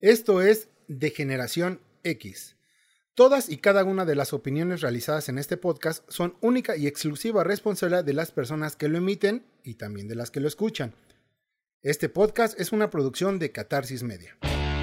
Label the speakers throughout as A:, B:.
A: Esto es De Generación X. Todas y cada una de las opiniones realizadas en este podcast son única y exclusiva responsabilidad de las personas que lo emiten y también de las que lo escuchan. Este podcast es una producción de Catarsis Media.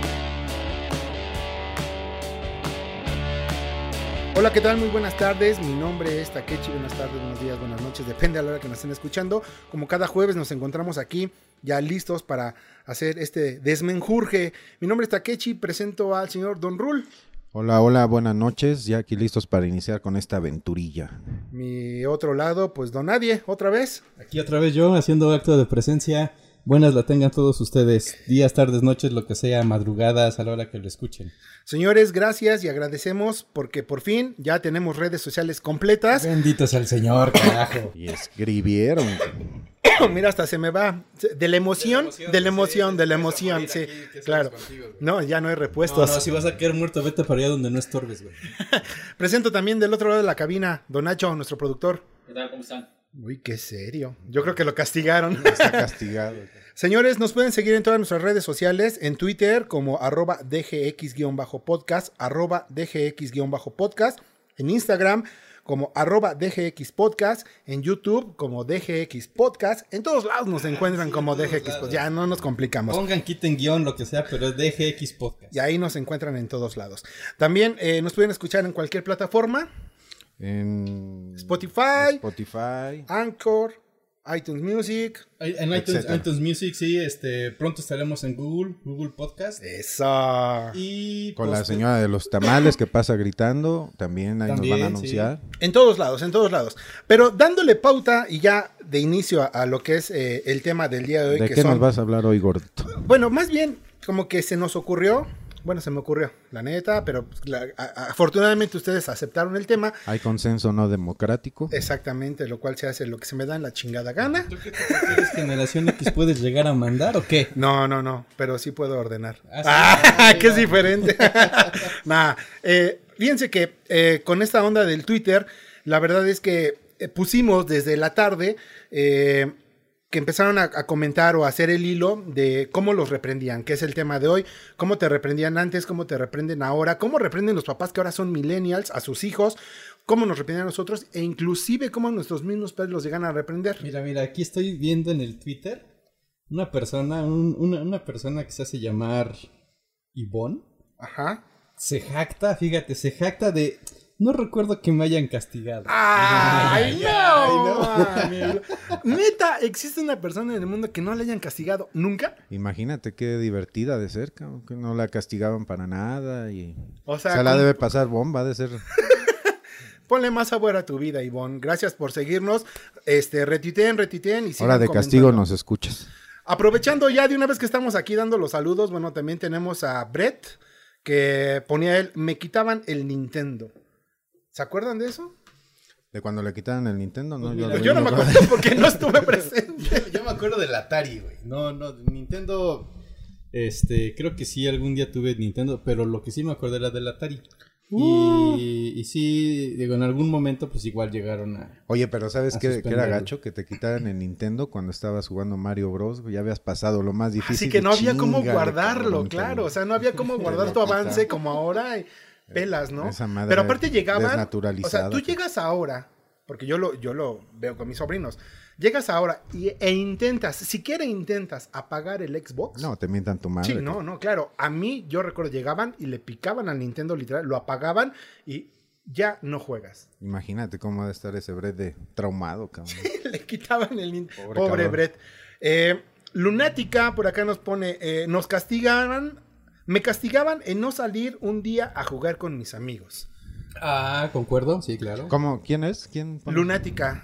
A: Hola, ¿qué tal? Muy buenas tardes. Mi nombre es Takechi. Buenas tardes, buenos días, buenas noches. Depende a la hora que nos estén escuchando. Como cada jueves nos encontramos aquí ya listos para hacer este desmenjurje. Mi nombre es Takechi. Presento al señor Don Rul.
B: Hola, buenas noches. Ya aquí listos para iniciar con esta aventurilla.
A: Mi otro lado, pues Don Nadie, otra vez.
C: Aquí otra vez yo, haciendo acto de presencia. Buenas la tengan todos ustedes. Días, tardes, noches, lo que sea, madrugadas, a la hora que lo escuchen.
A: Señores, gracias y agradecemos porque por fin ya tenemos redes sociales completas.
C: Bendito sea el Señor, carajo.
B: Y escribieron.
A: Mira, hasta se me va. De la emoción, sí, claro. No, ya no hay repuestos.
C: No, si vas a quedar muerto, vete para allá donde no estorbes, güey.
A: Presento también del otro lado de la cabina, Don Nacho, nuestro productor.
D: ¿Qué tal? ¿Cómo están?
A: Uy, qué serio. Yo creo que lo castigaron.
B: Está castigado.
A: Señores, nos pueden seguir en todas nuestras redes sociales, en Twitter como @DGX-podcast, @DGX-podcast, en Instagram como @DGX-podcast, en YouTube como DGX Podcast, en todos lados nos encuentran como DGX Podcast, ya no nos complicamos.
C: Pongan, quiten guión, lo que sea, pero es DGX Podcast.
A: Y ahí nos encuentran en todos lados. También nos pueden escuchar en cualquier plataforma.
B: En
A: Spotify,
B: Anchor,
A: iTunes Music.
C: En iTunes Music, sí, pronto estaremos en Google Podcast.
A: Eso.
C: Y
B: con la señora de los tamales que pasa gritando, también ahí nos van a anunciar.
A: Sí. En todos lados. Pero dándole pauta y ya de inicio a lo que es el tema del día de hoy.
B: ¿De qué nos vas a hablar hoy, gordito?
A: Bueno, más bien como que se nos ocurrió. Bueno, se me ocurrió, la neta, pero afortunadamente ustedes aceptaron el tema.
B: Hay consenso no democrático.
A: Exactamente, lo cual se hace lo que se me da en la chingada gana.
C: ¿Tú qué eres Generación X puedes llegar a mandar o qué?
A: No, pero sí puedo ordenar.
C: ¿Sí?
A: Que es diferente. Fíjense que con esta onda del Twitter, la verdad es que pusimos desde la tarde... que empezaron a comentar o a hacer el hilo de cómo los reprendían, que es el tema de hoy, cómo te reprendían antes, cómo te reprenden ahora, cómo reprenden los papás que ahora son millennials a sus hijos, cómo nos reprendían a nosotros e inclusive cómo nuestros mismos padres los llegan a reprender.
C: Mira, aquí estoy viendo en el Twitter una persona, una persona que se hace llamar Ivonne.
A: Ajá.
C: Se jacta de... No recuerdo que me hayan castigado.
A: ¡Ay, no! Neta, ¿existe una persona en el mundo que no le hayan castigado nunca?
B: Imagínate qué divertida de ser, que no la castigaban para nada. Y...
A: O sea
B: la debe pasar bomba, de ser...
A: Ponle más sabor a tu vida, Ivonne. Gracias por seguirnos. Retuiteen y sigan
B: Ahora de castigo nos escuchas.
A: Aprovechando ya de una vez que estamos aquí dando los saludos, bueno, también tenemos a Brett, que ponía él, me quitaban el Nintendo. ¿Se acuerdan de eso?
B: ¿De cuando le quitaron el Nintendo? No,
A: yo no me acuerdo porque no estuve presente.
C: Yo me acuerdo del Atari, güey. No, Nintendo, creo que sí, algún día tuve Nintendo, pero lo que sí me acuerdo era del Atari. Y sí, digo, en algún momento pues igual llegaron a...
B: Oye, pero ¿sabes qué era gacho? Que te quitaran el Nintendo cuando estabas jugando Mario Bros. Ya habías pasado lo más difícil.
A: Así que no había cómo guardarlo, claro. O sea, no había cómo guardar tu avance como ahora... pelas, ¿no? Pero aparte llegaban, o sea, tú llegas ahora, porque yo lo veo con mis sobrinos, llegas ahora e intentas, siquiera intentas apagar el Xbox.
B: No, te mientan tu madre.
A: Sí, no, claro. A mí, yo recuerdo, llegaban y le picaban al Nintendo literal, lo apagaban y ya no juegas.
B: Imagínate cómo debe estar ese Brett de traumado, cabrón.
A: Le quitaban el Nintendo. Pobre Brett. Lunática, por acá nos pone, nos castigaban. Me castigaban en no salir un día a jugar con mis amigos.
C: Concuerdo, sí, claro.
B: ¿Cómo? ¿Quién es? ¿Quién pone?
A: Lunática,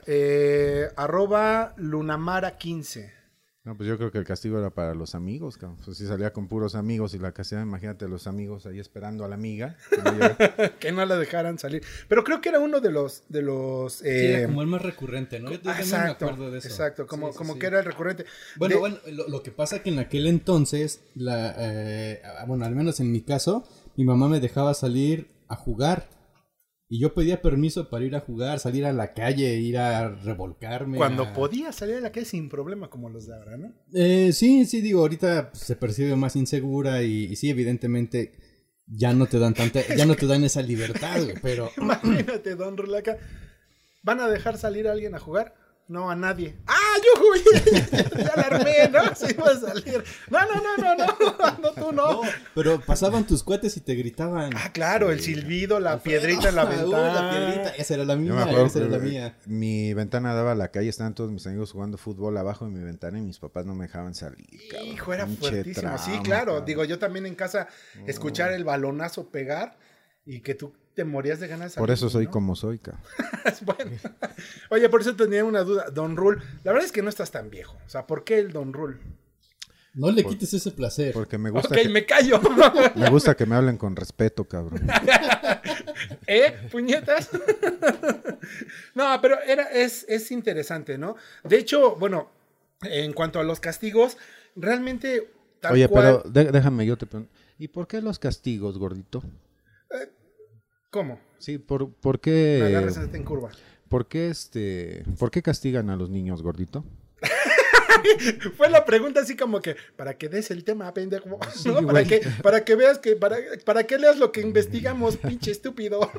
A: @Lunamara15.
B: No, pues yo creo que el castigo era para los amigos, cabrón. Pues si salía con puros amigos y la castigaban, imagínate los amigos ahí esperando a la amiga.
A: Que no la dejaran salir. Pero creo que era uno de los...
C: Sí, era como el más recurrente, ¿no? Yo
A: exacto,
C: me acuerdo de eso.
A: Exacto, como
C: sí.
A: que era el recurrente.
C: Bueno, lo que pasa que en aquel entonces, al menos en mi caso, mi mamá me dejaba salir a jugar. Y yo pedía permiso para ir a jugar, salir a la calle, ir a revolcarme.
A: Cuando podía salir a la calle sin problema como los de ahora, ¿no?
C: Sí, digo, ahorita se percibe más insegura y sí, evidentemente ya no te dan esa libertad, güey, pero...
A: Imagínate, Don Rulaca, ¿van a dejar salir a alguien a jugar? No, a nadie. ¡Ah, yo jugué! Ya la armé, ¿no? Se iba a salir. No, tú no.
C: Pero pasaban tus cuates y te gritaban.
A: Ah, claro, el silbido, la piedrita en la ventana.
C: La piedrita, esa era la
B: Yo
C: mía,
B: me acuerdo
C: esa era la
B: que
C: mía.
B: mi ventana daba a la calle, estaban todos mis amigos jugando fútbol abajo de mi ventana y mis papás no me dejaban salir. Cabrón.
A: Hijo, era
B: Pinche
A: fuertísimo.
B: trauma,
A: Sí, claro.
B: cabrón.
A: Digo, yo también en casa escuchar el balonazo pegar y que tú te morías de ganas de
B: Por
A: salir,
B: eso soy
A: ¿no?
B: como soy, cabrón.
A: Bueno. Oye, por eso tenía una duda. Don Rule, la verdad es que no estás tan viejo. O sea, ¿por qué el Don Rule?
C: No le quites ese placer.
B: Porque me gusta,
A: Ok, me callo.
B: me gusta que me hablen con respeto, cabrón.
A: ¿Puñetas? No, pero es interesante, ¿no? De hecho, bueno, en cuanto a los castigos, realmente tal
B: Oye,
A: cual...
B: pero déjame, yo te pregunto. ¿Y por qué los castigos, gordito?
A: ¿Cómo?
B: Sí, ¿por
A: Me
B: qué?
A: agarras en curva.
B: ¿Por qué por qué castigan a los niños, gordito?
A: Fue la pregunta así como que, para que des el tema, pendejo, ¿no?
B: Sí,
A: para que veas que, para que leas lo que investigamos, pinche estúpido.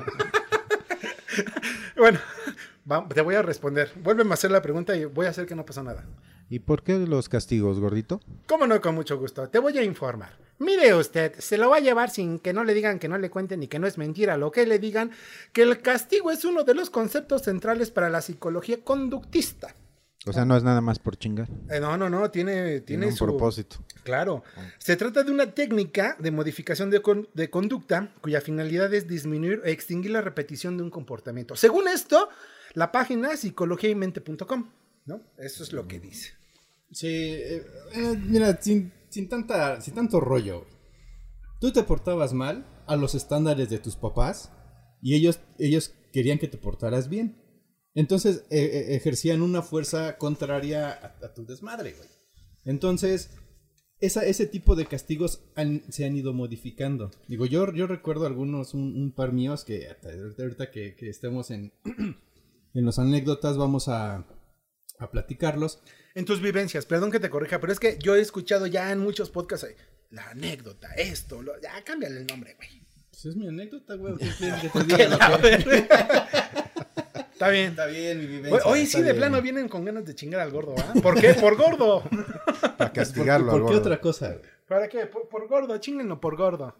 A: Bueno, te voy a responder. Vuélveme a hacer la pregunta y voy a hacer que no pasó nada.
B: ¿Y por qué los castigos, gordito?
A: ¿Cómo no? Con mucho gusto. Te voy a informar. Mire usted, se lo va a llevar sin que no le digan, que no le cuenten y que no es mentira lo que le digan, que el castigo es uno de los conceptos centrales para la psicología conductista.
B: O sea, no es nada más por chingar.
A: No, tiene
B: un
A: su
B: propósito.
A: Claro. Se trata de una técnica de modificación de conducta cuya finalidad es disminuir o extinguir la repetición de un comportamiento. Según esto, la página psicologiaymente.com, ¿no? Eso es lo que dice.
C: Sí, mira, sin tanto rollo. Tú te portabas mal a los estándares de tus papás y ellos querían que te portaras bien. Entonces ejercían una fuerza contraria a tu desmadre, güey. Entonces, ese tipo de castigos se han ido modificando. Digo, yo recuerdo algunos, un par míos que ahorita que estemos en las anécdotas vamos a platicarlos.
A: En tus vivencias, perdón que te corrija, pero es que yo he escuchado ya en muchos podcasts la anécdota, ya cámbiale el nombre, güey.
C: Pues es mi anécdota, güey. ¿Qué quieres que te diga?
A: Está bien.
C: Está bien, mi vivencia.
A: Hoy sí de plano vienen con ganas de chingar al gordo, ¿ah? ¿Por qué? Por gordo.
B: Para castigarlo.
C: ¿Por qué otra cosa?
A: ¿Para qué? Por gordo, chínguenlo por gordo.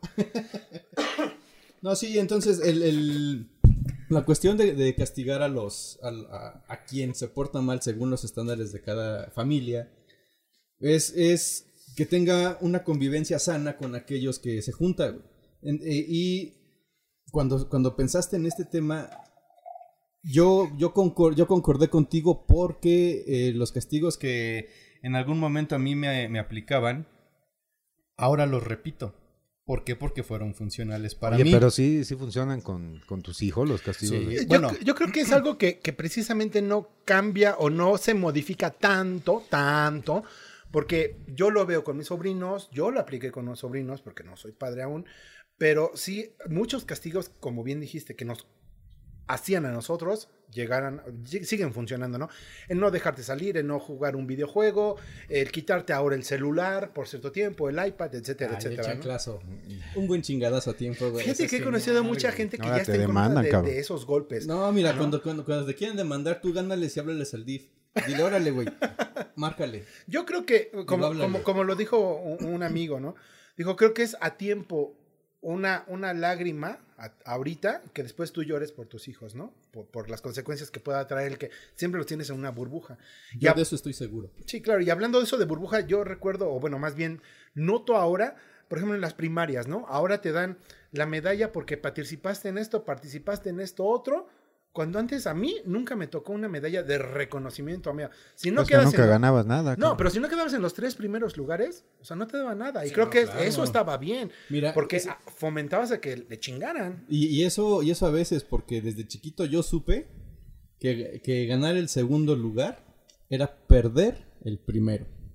C: No, sí, entonces la cuestión de castigar a quien se porta mal según los estándares de cada familia es que tenga una convivencia sana con aquellos que se juntan. Y cuando pensaste en este tema, yo concordé contigo porque los castigos que en algún momento a mí me aplicaban, ahora los repito. ¿Por qué? Porque fueron funcionales para mí.
B: Pero sí funcionan con tus hijos los castigos.
C: Sí.
A: Bueno, yo creo que es algo que precisamente no cambia o no se modifica tanto, porque yo lo veo con mis sobrinos, yo lo apliqué con los sobrinos porque no soy padre aún, pero sí, muchos castigos, como bien dijiste, que nos hacían a nosotros, siguen funcionando, ¿no? El no dejarte salir, el no jugar un videojuego, el quitarte ahora el celular por cierto tiempo, el iPad, etcétera, etcétera.
C: Chanclazo. Un buen chingadazo a tiempo, güey.
A: Fíjate que he conocido a mucha gente que
B: Ahora
A: ya está
B: te
A: en contra
B: demandan,
A: de esos golpes.
C: No, mira, cuando te quieren demandar, tú gánales y háblales al DIF. Dile, órale, güey, márcale.
A: Yo creo que, como lo dijo un amigo, ¿no? Dijo, creo que es a tiempo una lágrima ahorita que después tú llores por tus hijos, ¿no? Por las consecuencias que pueda traer el que siempre los tienes en una burbuja.
C: Yo de eso estoy seguro.
A: Sí, claro. Y hablando de eso de burbuja, yo recuerdo, o bueno, más bien, noto ahora, por ejemplo, en las primarias, ¿no? Ahora te dan la medalla porque participaste en esto otro. Cuando antes a mí nunca me tocó una medalla de reconocimiento, amigo. Si no
B: Pues
A: quedas
B: que nunca ganabas nada.
A: No, pero si no quedabas en los 3 primeros lugares, o sea, no te daban nada. Y
C: Sí,
A: creo
C: no,
A: que
C: claro.
A: eso estaba bien.
C: Mira,
A: porque fomentabas a que le chingaran.
C: Y eso a veces, porque desde chiquito yo supe que ganar el segundo lugar era perder el primero.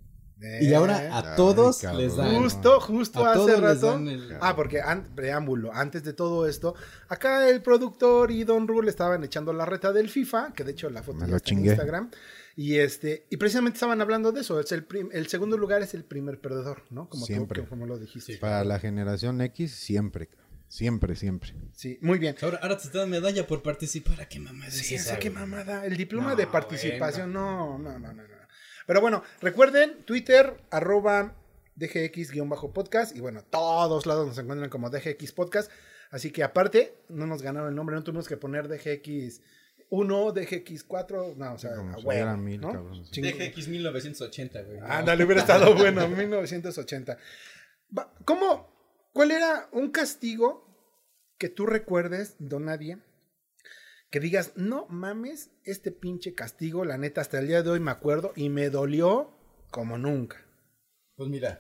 C: Y ahora a todos
B: cabrón.
C: les dan.
A: Justo
C: A
A: hace
C: todos les
A: rato.
C: dan el-
A: Porque preámbulo, antes de todo esto, acá el productor y Don Rule estaban echando la reta del FIFA, que de hecho la foto
B: Me
A: ya
B: lo
A: está en
B: chingué.
A: Instagram. Y precisamente estaban hablando de eso. El segundo lugar es el primer perdedor, ¿no? Como
B: Siempre.
A: como lo dijiste.
B: Para la generación X, siempre. Siempre, siempre.
A: Sí, muy bien.
C: Ahora te dan medalla por participar. ¿A qué mamá es
A: Sí,
C: esa,
A: qué
C: güey?
A: mamada. El diploma
C: No,
A: de participación. No. Pero bueno, recuerden, Twitter, @DGX-podcast. Y bueno, todos lados nos encuentran como DGX Podcast. Así que aparte, no nos ganaron el nombre, no tuvimos que poner DGX1, DGX4. No, o sea,
B: Como
A: a
B: si
A: huevo,
B: fueran 1000,
A: ¿no?
B: cabrón.
C: DGX 1980, güey.
A: Ándale, hubiera estado bueno, 1980. ¿Cuál era un castigo que tú recuerdes, don Nadie, que digas, no mames, este pinche castigo, la neta, hasta el día de hoy me acuerdo y me dolió como nunca?
C: Pues mira,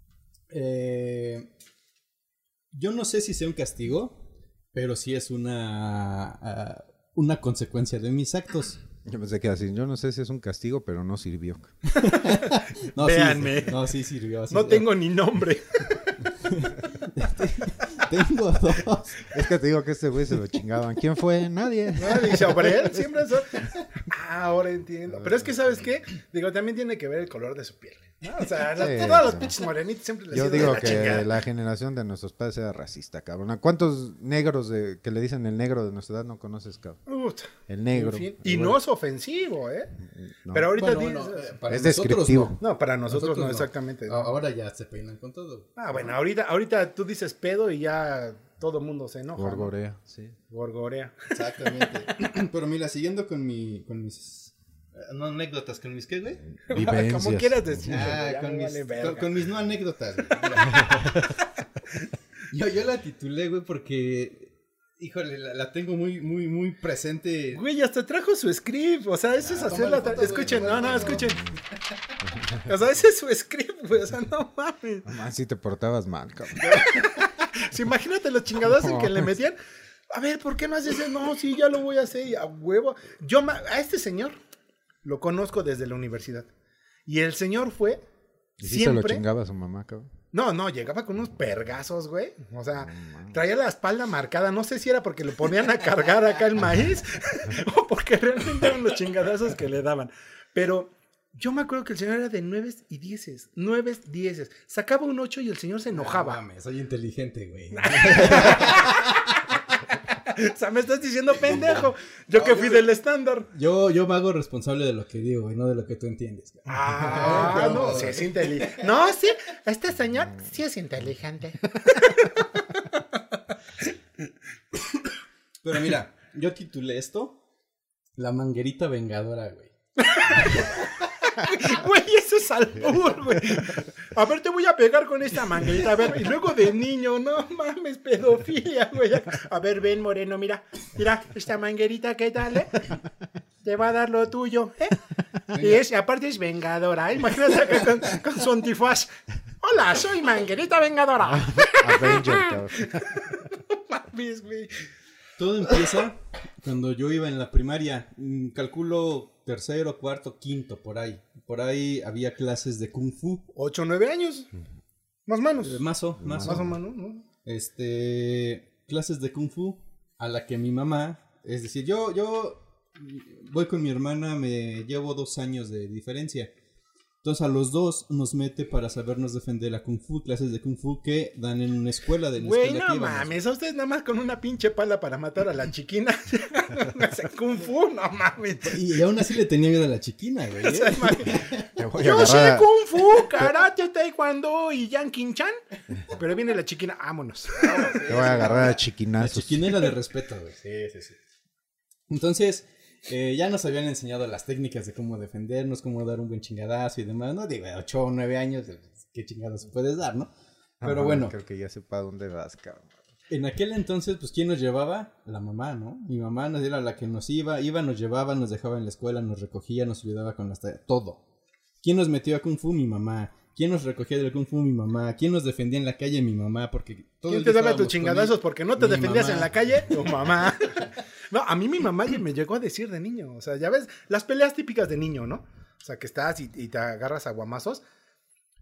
C: yo no sé si sea un castigo, pero sí es una consecuencia de mis actos.
B: Yo pensé que así, yo no sé si es un castigo, pero no sirvió.
C: No,
A: Véanme.
C: Sí sirvió.
A: No tengo ni nombre.
C: Tengo dos.
B: Es que te digo que este güey se lo chingaban. ¿Quién fue? Nadie.
A: Y sobre él siempre eso. Ahora entiendo. Pero es que, ¿sabes qué? Digo, también tiene que ver el color de su piel, ¿no? O sea,
B: Sí,
A: todos los
B: no.
A: pinches morenitos siempre les
B: Yo
A: dicen
B: digo
A: la
B: que
A: chingada.
B: la generación de nuestros padres era racista, cabrón. ¿A cuántos negros que le dicen el negro de nuestra edad no conoces, cabrón?
A: Ut.
B: El negro.
A: En fin, y no es ofensivo, ¿eh?
B: No.
A: Pero ahorita
C: Bueno,
A: dices-
C: para
B: Es
C: nosotros
B: descriptivo.
A: No, para nosotros no,
C: no.
A: exactamente.
C: Ahora ya se peinan con todo.
A: Bueno, ahorita tú dices pedo y ya todo el mundo se enoja. ¿no?
B: Gorgorea, sí.
A: Gorgorea.
C: Exactamente. Pero mira, siguiendo con mis no anécdotas, con mis qué, güey.
B: Vivencias.
A: Como quieras decir.
C: Con mis no anécdotas. Güey. Mira. yo la titulé, güey, porque híjole, la tengo muy presente.
A: Güey, hasta trajo su script. O sea, eso es hacer
C: tómale
A: la...
C: foto, güey,
A: Escuchen,
C: tómale
A: no,
C: foto.
A: escuchen. O sea, ese es su script, güey. O sea, no mames.
B: Nomás si te portabas mal, cabrón.
A: Sí, imagínate los chingados en que le metían. A ver, ¿por qué no haces eso? No, sí, ya lo voy a hacer. Y a huevo. A este señor lo conozco desde la universidad. Y el señor fue
B: ¿Y si se lo
A: siempre...
B: chingaba a su mamá, cabrón?
A: No, llegaba con unos pergazos, güey. O sea, traía la espalda marcada. No sé si era porque lo ponían a cargar acá el maíz o porque realmente eran los chingadazos que le daban. Pero yo me acuerdo que el señor era de 9 y 10. 9, 10. Sacaba un 8 y el señor se enojaba.
C: No mames, soy inteligente, güey.
A: O sea, me estás diciendo pendejo. Yo que fui del estándar.
C: Yo me hago responsable de lo que digo, güey, no de lo que tú entiendes. Güey.
A: No, sí es inteligente. No, sí, este señor sí es inteligente.
C: Pero mira, yo titulé esto La manguerita vengadora, güey.
A: Güey, eso es albur, güey. A ver, te voy a pegar con esta manguerita. A ver, y luego de niño, no mames, pedofilia, güey. A ver, ven, moreno, mira, esta manguerita, ¿qué tal, Te va a dar lo tuyo, Y aparte es vengadora, Imagínate acá con su antifaz. Hola, soy manguerita vengadora.
B: Avenger, cabrón.
A: No mames, güey.
C: Todo empieza cuando yo iba en la primaria, calculo tercero, cuarto, quinto, por ahí. Por ahí había clases de Kung Fu.
A: 8 o 9 años. Más o menos.
C: Más o
A: Más o menos, ¿no?
C: Clases de Kung Fu a la que mi mamá, es decir, yo voy con mi hermana, me llevo 2 años de diferencia. Entonces a los dos nos mete para sabernos defender a Kung Fu, clases de Kung Fu que dan en una escuela de la
A: Güey,
C: escuela
A: no
C: que íbamos.
A: mames, a ustedes nada más con una pinche pala para matar a la chiquina. Hacen Kung Fu, no mames.
C: Y aún así le tenía miedo a la chiquina, güey.
A: O sea,
B: Te voy a
A: yo sé
B: agarrar a-
A: Kung Fu, karate, taekwondo y Yankin Chan. Pero viene la chiquina, vámonos.
B: Te voy a agarrar a
C: La
B: chiquinazos.
C: chiquina era de respeto, güey. Sí. Entonces, ya nos habían enseñado las técnicas de cómo defendernos, cómo dar un buen chingadazo y demás, ¿no? Digo, 8 o 9 años, qué chingados puedes dar, ¿no? Pero
B: Ajá,
C: bueno,
B: Creo que ya sepa dónde vas, cabrón.
C: en aquel entonces, pues, ¿quién nos llevaba? La mamá, ¿no? Mi mamá nos era la que nos iba, nos llevaba, nos dejaba en la escuela, nos recogía, nos ayudaba con las tareas, todo. ¿Quién nos metió a Kung Fu? Mi mamá. ¿Quién nos recogía del Kung Fu? Mi mamá. ¿Quién nos defendía en la calle? Mi mamá, porque todo
A: ¿Quién
C: el
A: te
C: día
A: daba tus
C: estábamos con
A: chingadazos
C: él.
A: porque no te
C: Mi
A: defendías
C: mamá.
A: en la calle? Tu mamá. No, a mí mi mamá me llegó a decir de niño. O sea, ya ves, las peleas típicas de niño, ¿no? O sea, que estás y te agarras a guamazos.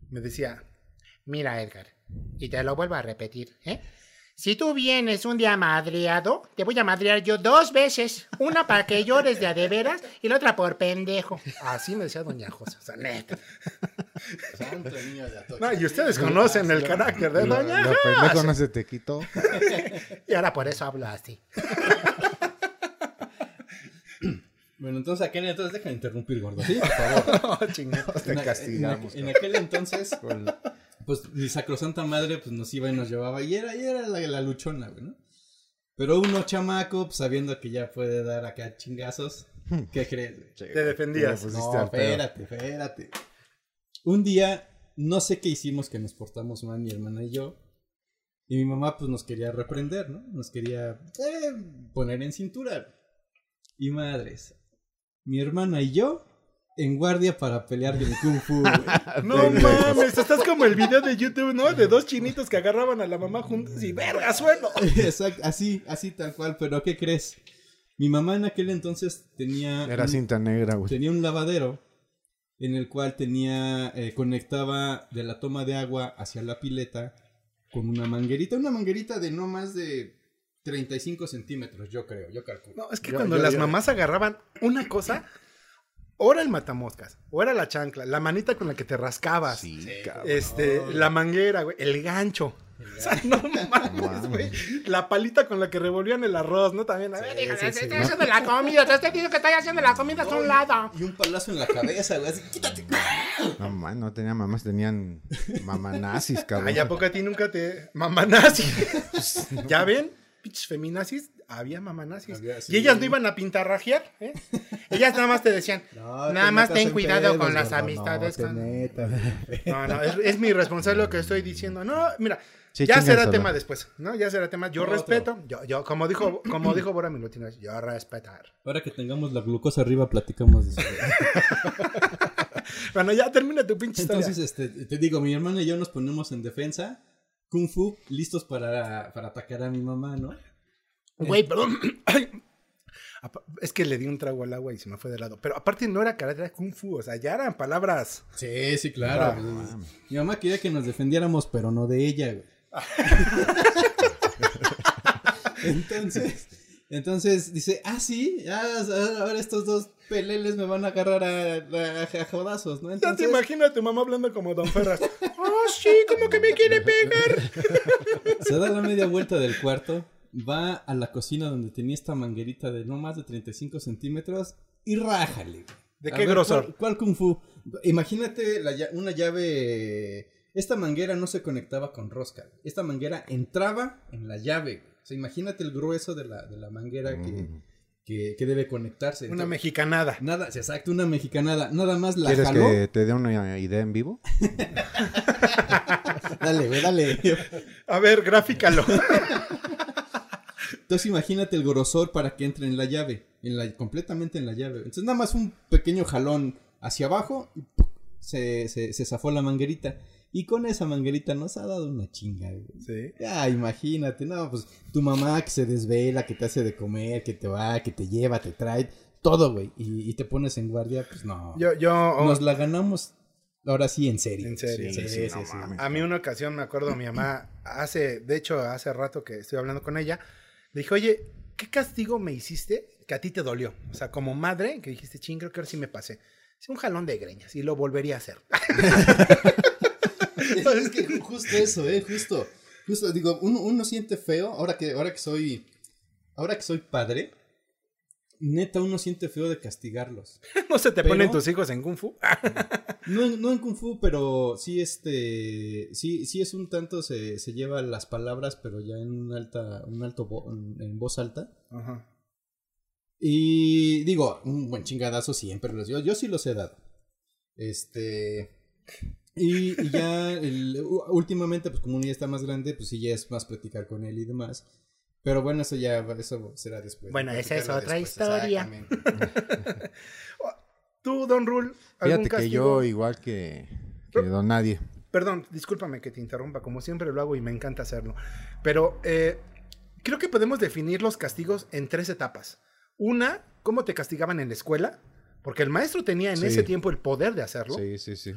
A: me decía, mira Edgar, y te lo vuelvo a repetir, ¿eh? Si tú vienes un día madreado, te voy a madrear yo 2 veces. Una para que llores de a de veras y la otra por pendejo. Así me decía doña Josa, o sea, neta.
C: Santo niño de Atocha.
A: No, y ustedes conocen el carácter de doña
B: Lo pendejo
A: Josa.
B: no se te quitó.
A: Y ahora por eso hablo así.
C: Bueno, entonces aquel entonces deja de interrumpir, gordo, ¿sí? Por favor.
A: Oh, chingados.
B: Te castigamos.
C: En aquel entonces, pues mi sacrosanta madre pues nos iba y nos llevaba y era la luchona, güey, ¿no? Pero uno chamaco, pues, sabiendo que ya puede dar acá chingazos, ¿qué crees, güey?
A: Te defendías.
B: Te
C: No,
B: pusiste al pedo.
C: espérate. Un día, no sé qué hicimos, que nos portamos mal mi hermana y yo. Y mi mamá pues nos quería reprender, ¿no? Nos quería poner en cintura. Y madres, mi hermana y yo en guardia para pelear del Kung Fu, güey.
A: No mames, estás como el video de YouTube, ¿no? De 2 chinitos que agarraban a la mamá juntos y verga, suelo.
C: Exacto, así tal cual, pero ¿qué crees? Mi mamá en aquel entonces
B: Era cinta negra, güey.
C: tenía un lavadero en el cual conectaba de la toma de agua hacia la pileta con una manguerita de no más de 35 centímetros, yo calculo.
A: No, es que cuando las mamás agarraban una cosa, o era el matamoscas, o era la chancla, la manita con la que te rascabas,
B: Sí, cabrón.
A: la manguera, güey, el gancho. O sea, no mames, güey. La palita con la que revolvían el arroz, ¿no? También. A ver, hija, estoy haciendo la comida, te estoy diciendo que estoy haciendo la comida a un lado.
C: Y un palazo en la cabeza, güey, así, quítate.
B: No, man, no tenían mamás, tenían mamanazis, cabrón.
A: Ay, ¿a poco a ti nunca te... Mamanazis? ¿Ya ven? Pinches feminazis, había mamanazis.
C: Sí.
A: Y ellas no iban a pintarrajear, ¿eh? Ellas nada más te decían, nada más ten cuidado con las amistades. No, es mi responsable lo que estoy diciendo. No, mira,
B: Sí,
A: ya será
B: chingansela.
A: tema después, ¿no? Ya será tema. Yo respeto, yo como dijo Bora Milutino, yo respetar.
C: Ahora que tengamos la glucosa arriba, platicamos de eso.
A: Bueno, ya termina tu pinche historia.
C: Entonces, te digo, mi hermana y yo nos ponemos en defensa, Kung Fu, listos para atacar a mi mamá, ¿no?
A: Güey, perdón. Ay. Es que le di un trago al agua y se me fue de lado. Pero aparte no era karate, era kung fu. O sea, ya eran palabras.
C: Sí, claro. Mi mamá quería que nos defendiéramos, pero no de ella, güey. Entonces dice, sí, ahora estos 2 peleles me van a agarrar a jodazos, ¿no?
A: Ya te imaginas a tu mamá hablando como Don Ferras. Sí, como que me quiere pegar.
C: Se da la media vuelta del cuarto, va a la cocina donde tenía esta manguerita de no más de 35 centímetros y rájale, güey.
A: ¿De qué grosor?
C: ¿Cuál Kung Fu? Imagínate una llave. Esta manguera no se conectaba con rosca. Esta manguera entraba en la llave, güey. O sea, imagínate el grueso de la manguera que debe conectarse.
A: Una mexicanada.
C: Nada, exacto, una mexicanada. Nada más la
B: ¿Quieres
C: jaló.
B: que te dé una idea en vivo?
C: Dale, güey, dale.
A: A ver, gráficalo.
C: Entonces imagínate el grosor para que entre en la llave. Completamente en la llave. Entonces nada más un pequeño jalón hacia abajo y ¡pum! Se zafó la manguerita. Y con esa manguerita nos ha dado una chinga, güey.
A: Sí.
C: Ya, imagínate, no, pues tu mamá que se desvela, que te hace de comer, que te va, que te lleva, te trae, todo, güey. Y te pones en guardia, pues no. Nos la ganamos ahora sí en serio.
A: En serio.
C: Sí.
A: A mí una ocasión me acuerdo, mi mamá, hace rato que estoy hablando con ella, le dije, oye, ¿qué castigo me hiciste que a ti te dolió? O sea, como madre, que dijiste, ching, creo que ahora sí me pasé. Es un jalón de greñas y lo volvería a hacer.
C: Es que justo eso, justo, digo, uno siente feo, ahora que soy padre, neta uno siente feo de castigarlos.
A: ¿No se te ponen tus hijos en Kung Fu?
C: No en Kung Fu, pero sí sí es un tanto, se lleva las palabras, pero ya en en voz alta.
A: Ajá.
C: Y digo, un buen chingadazo siempre los dio, yo sí los he dado. Y ya últimamente, pues como uno ya está más grande, pues sí ya es más platicar con él y demás. Pero bueno, eso será después.
A: Bueno, esa es otra historia.
C: Exactamente.
A: Tú, Don Rule, ¿algún
B: Fíjate que
A: castigo?
B: yo, igual que Don Nadie.
A: Perdón, discúlpame que te interrumpa, como siempre lo hago y me encanta hacerlo. Pero creo que podemos definir los castigos en 3 etapas. Una, ¿cómo te castigaban en la escuela? Porque el maestro tenía en ese tiempo el poder de hacerlo.
B: Sí.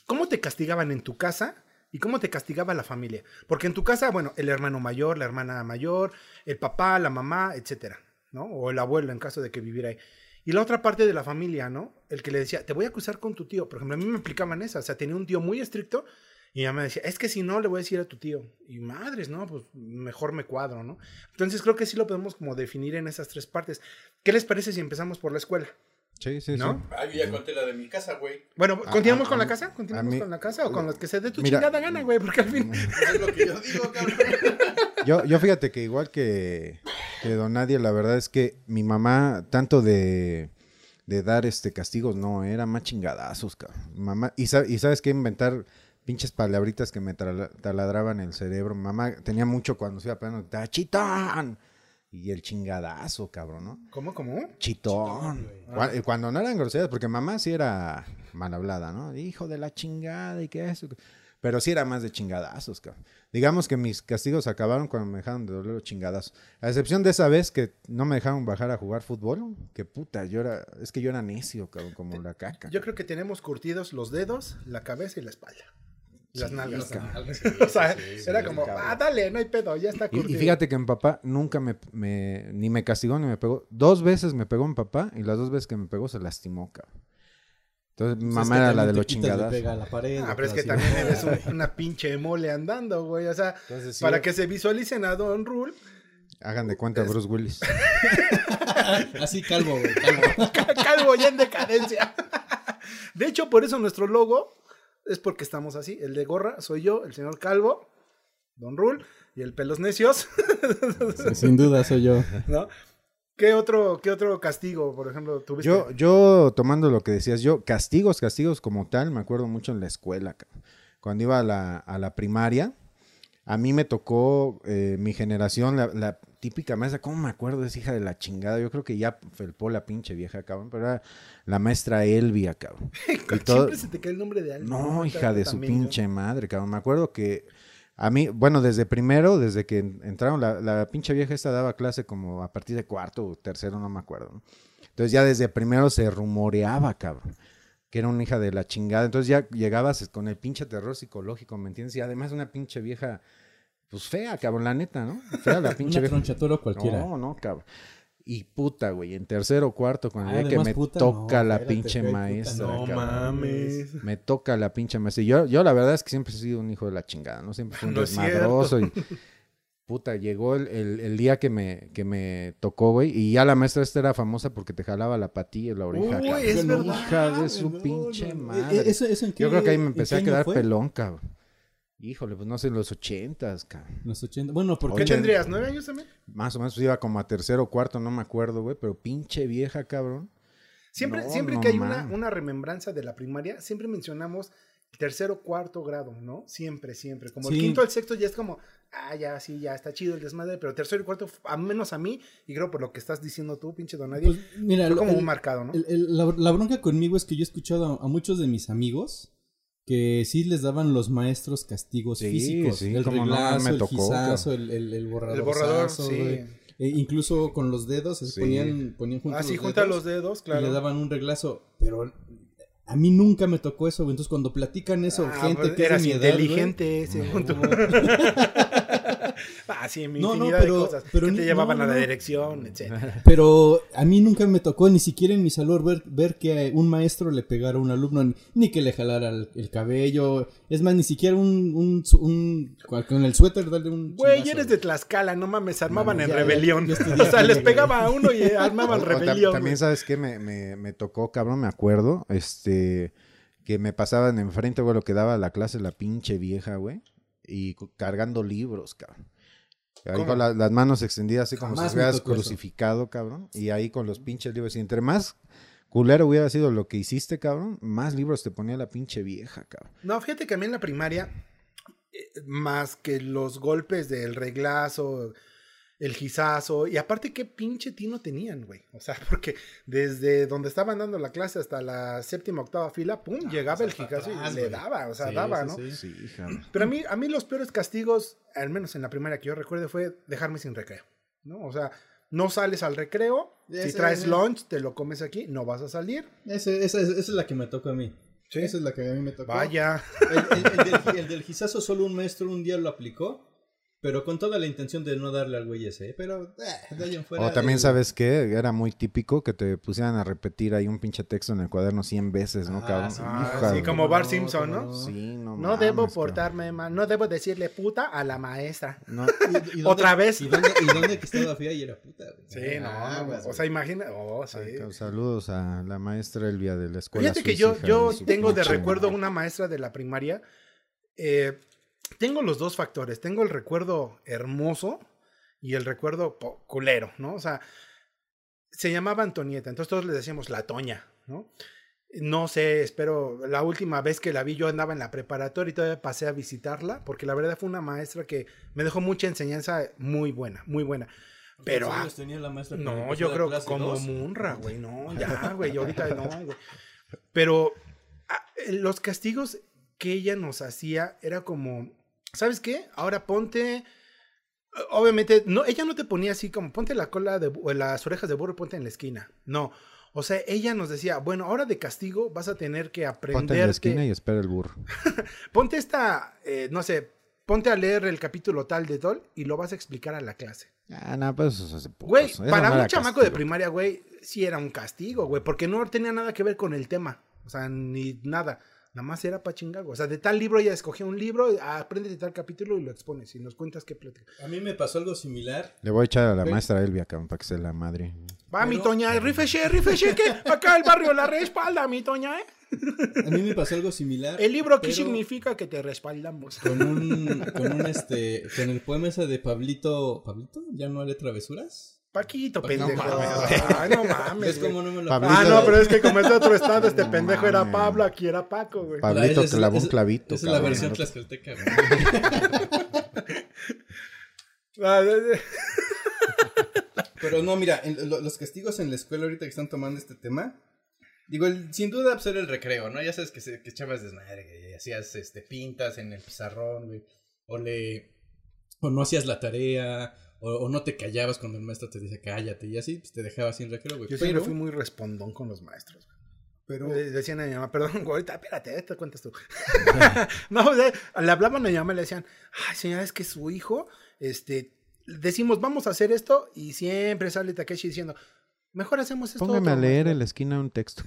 A: ¿cómo te castigaban en tu casa y cómo te castigaba la familia? Porque en tu casa, bueno, el hermano mayor, la hermana mayor, el papá, la mamá, etcétera, ¿no? O el abuelo en caso de que viviera ahí. Y la otra parte de la familia, ¿no? El que le decía, te voy a acusar con tu tío. Por ejemplo, a mí me aplicaban esa. O sea, tenía un tío muy estricto y ella me decía, es que si no, le voy a decir a tu tío. Y madres, ¿no? Pues mejor me cuadro, ¿no? Entonces creo que sí lo podemos como definir en esas tres partes. ¿Qué les parece si empezamos por la escuela?
B: Sí, sí,
A: ¿No?
B: sí.
C: Ah, yo ya conté la de mi casa, güey.
A: Bueno, ¿continuamos con la casa? ¿Continuamos
B: mí-
A: con la casa o con los que se dé tu
B: Mira,
A: chingada gana, güey? Porque al fin...
C: Es lo que yo digo, cabrón.
B: Yo fíjate que igual que Don Nadia, la verdad es que mi mamá, tanto de dar castigos, no, era más chingadazos, cabrón. Mamá, y sabes qué inventar pinches palabritas que me taladraban el cerebro. Mamá tenía mucho cuando se iba pegando, ¡chitón! Y el chingadazo, cabrón, ¿no?
A: ¿Cómo?
B: Chitón. Cuando no eran groserías, porque mamá sí era mal hablada, ¿no? Hijo de la chingada y qué eso. Pero sí era más de chingadazos, cabrón. Digamos que mis castigos acabaron cuando me dejaron de doler los chingadazos. A excepción de esa vez que no me dejaron bajar a jugar fútbol, que puta, es que yo era necio, cabrón, como la caca.
A: Yo creo que tenemos curtidos los dedos, la cabeza y la espalda. Las nalgas.
B: cabrón.
A: O sea, era
B: sí,
A: como,
B: cabrón.
A: dale, no hay pedo, ya está
B: Y
A: curtido.
B: fíjate que mi papá nunca ni me castigó ni me pegó. 2 veces me pegó mi papá y las 2 veces que me pegó se lastimó, cabrón. Entonces mi mamá era la de los chingadas.
C: Pega a la pared,
A: Pero es que
C: así.
A: también eres una pinche mole andando, güey. O sea,
B: Entonces, sí,
A: para que se visualicen a Don Rule,
B: hagan de cuenta Bruce Willis.
C: Así calvo, güey, calvo.
A: calvo ya en decadencia. De hecho, por eso nuestro logo es porque estamos así. El de gorra soy yo, el señor Calvo, Don Rule, y el pelos necios,
C: Sí, sin duda soy yo.
A: ¿no? ¿Qué otro castigo, por ejemplo, tuviste?
B: Yo tomando lo que decías, castigos como tal, me acuerdo mucho en la escuela, cabrón. Cuando iba a la primaria, a mí me tocó mi generación, la típica maestra, ¿cómo me acuerdo? Es hija de la chingada, yo creo que ya felpó la pinche vieja, cabrón, pero era la maestra Elvia, cabrón.
A: Siempre se te cae el nombre de alguien.
B: No, hija de su
A: También,
B: pinche madre, cabrón. Me acuerdo que a mí, bueno, desde que entraron, la pinche vieja esta daba clase como a partir de cuarto o tercero, no me acuerdo, ¿no? Entonces ya desde primero se rumoreaba, cabrón, que era una hija de la chingada. Entonces ya llegabas con el pinche terror psicológico, ¿me entiendes? Y además una pinche vieja, pues fea, cabrón, la neta, ¿no? Fea la pinche
C: Una
B: vieja.
C: tronchatoro cualquiera.
B: No, cabrón. Y puta, güey, en tercero o cuarto, cuando ya que
C: además,
B: me
C: puta,
B: toca
C: no,
B: la
C: espérate,
B: pinche
C: güey, puta,
B: maestra,
A: No
B: cabrón.
A: mames.
B: Me toca la pinche maestra. Y yo la verdad es que siempre he sido un hijo de la chingada, ¿no? Siempre fui un
A: No es
B: desmadroso y puta, llegó el día que me tocó, güey, y ya la maestra esta era famosa porque te jalaba la patilla y la oreja.
A: Uy,
B: cabrón.
A: es verdad.
B: Hija de su
C: No,
B: pinche
C: no.
B: madre.
C: ¿Eso en qué-
B: Yo creo que ahí me
C: en
B: empecé
C: qué
B: a
C: año
B: quedar
C: fue?
B: pelón, cabrón. Híjole, pues no sé, en los 80s, cabrón.
C: Los 80. Bueno, porque
A: ¿Qué tendrías? ¿9 años también?
B: Más o menos pues, iba como a tercero o cuarto, no me acuerdo, güey, pero pinche vieja, cabrón.
A: Siempre
B: No,
A: que hay
B: mames.
A: una remembranza de la primaria, siempre mencionamos tercero, cuarto grado, ¿no? Siempre. Como
C: Sí.
A: el quinto al sexto ya es como, ya, sí, ya está chido el desmadre, pero tercero y cuarto, al menos a mí, y creo por lo que estás diciendo tú, pinche Donadie,
C: Pues, mira,
A: fue como un marcado, ¿no?
C: la bronca conmigo es que yo he escuchado a muchos de mis amigos que sí les daban los maestros castigos
B: Sí,
C: físicos.
B: sí,
C: El
B: cómo no,
C: reglazo,
B: me
C: el
B: tocó,
C: gizazo, el borrador.
A: El borrador, sí.
C: Incluso con los dedos,
B: Sí.
C: ponían juntos
A: Así
C: los
A: junta
C: dedos
A: los dedos,
C: y le
A: claro.
C: daban un reglazo. Pero a mí nunca me tocó eso, güey. Entonces cuando platican eso, gente
A: pues,
C: que es de
A: eras
C: mi edad, güey,
A: inteligente, según tú. Sí, mi
C: No,
A: infinidad
C: pero-
A: de cosas
C: pero
A: que te
C: ni-
A: llevaban
C: no,
A: a la
C: no.
A: dirección, etcétera.
C: Pero a mí nunca me tocó, ni siquiera en mi salón, ver que un maestro le pegara a un alumno, ni que le jalara el cabello. Es más, ni siquiera con el suéter darle un
A: Güey,
C: chingazo.
A: eres de Tlaxcala, no mames, armaban
C: No,
A: en
C: ya,
A: rebelión.
C: ya estudié
A: O sea, les
C: aquí, güey.
A: pegaba a uno y armaban
B: O
A: rebelión.
B: también,
A: güey.
B: ¿sabes qué? Me tocó, cabrón, me acuerdo, que me pasaban enfrente, güey, lo que daba la clase la pinche vieja, güey, y cargando libros, cabrón. Ahí
A: ¿Cómo?
B: con las manos extendidas, así como
C: Jamás
B: si
C: me
B: hubieras
C: tocó eso.
B: crucificado, cabrón, y ahí con los pinches libros. Y entre más culero hubiera sido lo que hiciste, cabrón, más libros te ponía la pinche vieja, cabrón.
A: No, fíjate que a mí en la primaria, más que los golpes del reglazo, el gizazo, y aparte qué pinche tino tenían, güey. O sea, porque desde donde estaban dando la clase hasta la séptima, octava fila, pum, llegaba el gizazo y le daba, o sea,
C: Sí,
A: daba,
C: sí,
A: ¿no?
C: sí.
B: Sí, cabrón.
A: Pero a mí los peores castigos, al menos en la primaria que yo recuerdo, fue dejarme sin recreo, ¿no? O sea, no sales al recreo, si
C: Ese-
A: traes lunch, te lo comes aquí, no vas a salir.
C: Esa es la que me tocó a mí.
A: Sí.
C: Esa es la que a mí me tocó.
A: Vaya.
C: El del gizazo solo un maestro un día lo aplicó, pero con toda la intención de no darle al güey ese. Pero de ahí en fuera.
B: O también, ¿sabes qué? Era muy típico que te pusieran a repetir ahí un pinche texto en el cuaderno 100 veces, ¿no, cabrón?
C: Sí,
B: Hija
A: sí,
B: de-
A: como Bart Simpson, ¿no?
B: Sí, no
A: No debo
B: mames,
A: portarme mal, no debo decirle puta a la maestra.
B: cabrón. No,
C: ¿Y dónde-
A: Otra vez.
C: ¿Y dónde que estaba fea y era puta, güey?
A: Sí, no,
C: Aguas,
A: o sea, imagina, sí.
B: ay, saludos a la maestra Elvia de la escuela.
A: Fíjate que
B: suiza,
A: yo
B: de su
A: tengo de
B: pinche
A: recuerdo
B: madre.
A: una maestra de la primaria. Tengo los dos factores. Tengo el recuerdo hermoso y el recuerdo culero, ¿no? O sea, se llamaba Antonieta, entonces todos le decíamos la Toña, ¿no? No sé, espero, la última vez que la vi yo andaba en la preparatoria y todavía pasé a visitarla, porque la verdad fue una maestra que me dejó mucha enseñanza muy buena, muy buena. Pero,
C: ¿Cuántos años tenía la maestra cuando
A: no,
C: empezó
A: yo
C: la
A: creo que
C: clase?
A: como
C: ¿2?
A: Munra, güey, no, ya, güey, ahorita no, güey. Pero los castigos que ella nos hacía era como, ¿sabes qué? Ahora ponte, obviamente, no, ella no te ponía así como, ponte la cola o las orejas de burro y ponte en la esquina, no. O sea, ella nos decía, bueno, ahora de castigo vas a tener que aprender.
B: Ponte en la esquina y espera el burro.
A: Ponte no sé, ponte a leer el capítulo tal de tal y lo vas a explicar a la clase.
B: Ah, no, pues eso es putos.
A: Güey,
B: Eso
A: para
B: no
A: un
B: era
A: chamaco de
B: castigo.
A: primaria, güey, sí era un castigo, güey, porque no tenía nada que ver con el tema. O sea, ni nada. Nada más era para chingar, güey. O sea, de tal libro ella escogía un libro, apréndete tal capítulo y lo expones. Y nos cuentas qué plática.
C: A mí me pasó algo similar.
B: Le voy a echar a la
C: Güey.
B: maestra Elvia, cabrón, para que sea la madre.
A: Va, mi
C: Pero-
A: Toña, rífese, que acá el barrio la respalda, mi Toña, ¿eh?
C: A mí me pasó algo similar.
A: El libro, ¿qué
C: pero
A: significa que te respaldamos?
C: con el poema ese de ¿Pablito? ¿Ya no haré travesuras?
A: Paquito,
C: Paquito,
A: pendejo.
C: no mames.
A: Ay, no mames.
C: ¿Ves
A: güey.
C: cómo no me lo
B: Pablito.
A: Ah, no, pero es que como es de otro estado, este
B: No
A: pendejo era
B: mames.
A: Pablo, aquí era Paco, güey.
B: Pablito
C: Esa-
B: clavó un
C: esa-
B: clavito.
C: Esa es la
B: cabrón,
C: versión
B: ¿no?
C: tlaxcalteca, güey.
A: Ah,
C: Pero no, mira, los castigos en la escuela ahorita que están tomando este tema, digo, sin duda pues era el recreo, ¿no? Ya sabes que echabas desmadre, que hacías pintas en el pizarrón, güey, o no hacías la tarea, o no te callabas cuando el maestro te dice cállate, y así pues, te dejaba sin recreo, güey.
A: Yo siempre fui muy respondón con los maestros, güey.
C: pero
A: Decían a mi mamá, perdón, güey, ahorita, espérate, te cuentas tú. No, o sea, le hablaban a mi mamá y le decían, ay, señora, es que su hijo, decimos, vamos a hacer esto, y siempre sale Takeshi diciendo, mejor hacemos esto.
B: Póngame
A: otro,
B: a leer
A: maestro".
B: en la esquina un texto.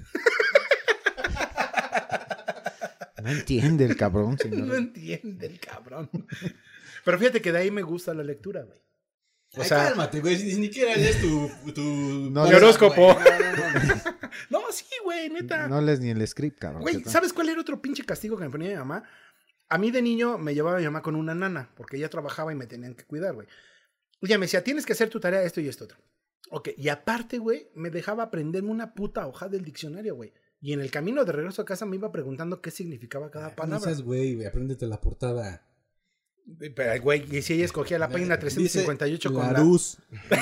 B: No entiende el cabrón,
A: No
B: señor.
A: entiende el cabrón. Pero fíjate que de ahí me gusta la lectura, güey. O
C: ay,
A: sea,
C: cálmate, güey, ni siquiera lees tu
B: No,
A: mi horóscopo.
C: güey. No.
A: No, sí, güey, neta.
B: No lees ni el script, cabrón.
A: Güey,
B: ¿qué tal?
A: ¿sabes cuál era otro pinche castigo que me ponía mi mamá? A mí de niño me llevaba mi mamá con una nana, porque ella trabajaba y me tenían que cuidar, güey. Ella me decía, tienes que hacer tu tarea, esto y esto otro. Ok, y aparte, güey, me dejaba aprenderme una puta hoja del diccionario, güey. Y en el camino de regreso a casa me iba preguntando qué significaba cada
C: No
A: palabra.
C: seas güey, apréndete la portada.
A: Pero, güey, y si ella escogía la página 358
C: Dice
A: con
C: la
A: la...
C: luz.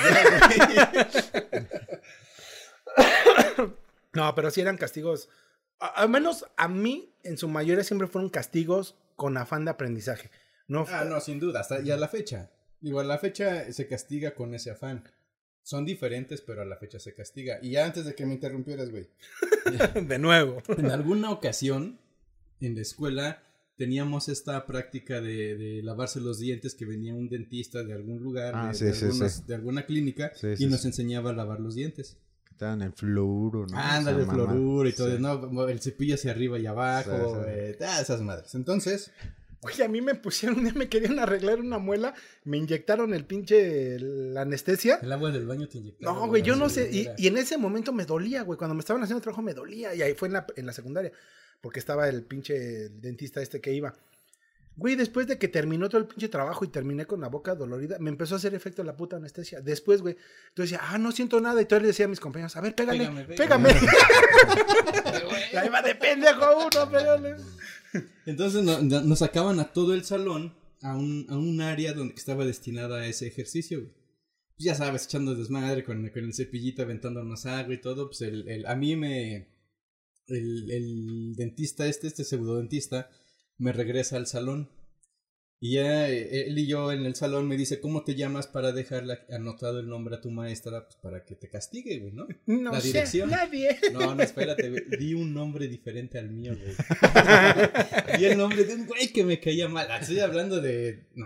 A: No, pero sí eran castigos. Al menos a mí, en su mayoría, siempre fueron castigos con afán de aprendizaje. No,
C: Ah, no, sin duda, hasta ya la fecha. Digo, a la fecha se castiga con ese afán. Son diferentes, pero a la fecha se castiga. Y ya antes de que me interrumpieras, güey.
A: de nuevo.
C: En alguna ocasión, en la escuela, teníamos esta práctica de lavarse los dientes, que venía un dentista de algún lugar,
B: Ah,
C: de
B: sí,
C: de alguna clínica,
B: Sí,
C: y
B: sí,
C: nos
B: sí.
C: enseñaba a lavar los dientes.
B: Estaban en fluoro, ¿no?
C: Ándale,
B: Esa mamá.
C: florura y todo,
B: Sí.
C: ¿no? El cepillo hacia arriba y abajo,
B: Sí, sí.
C: esas madres. Entonces,
A: Güey, a mí me pusieron, un día me querían arreglar una muela, me inyectaron la anestesia.
C: el agua del baño te inyectaba.
A: No, güey, yo no sé.
C: gasolina.
A: Y en ese momento me dolía, güey. Cuando me estaban haciendo el trabajo me dolía. Y ahí fue en la secundaria. Porque estaba el pinche dentista que iba. Güey, después de que terminó todo el pinche trabajo y terminé con la boca dolorida, me empezó a hacer efecto la puta anestesia. Después, güey, entonces decía, no siento nada. Y entonces le decía a mis compañeros, a ver, pégale,
C: Pégame.
A: Y ahí va de pendejo uno, pégale.
C: Entonces nos sacaban a todo el salón a un área donde estaba destinada a ese ejercicio, güey. Pues ya sabes, echando desmadre con el cepillito, aventándonos agua y todo. Pues a mí el dentista, este pseudodentista, me regresa al salón. Y ya él y yo en el salón me dice, ¿cómo te llamas para dejarle anotado el nombre a tu maestra? Pues para que te castigue, güey, ¿no?
A: No
C: La
A: sé,
C: dirección.
A: nadie.
C: No, espérate, güey. Di un nombre diferente al mío, güey. Di el nombre de un güey que me caía mal. Estoy hablando de... No,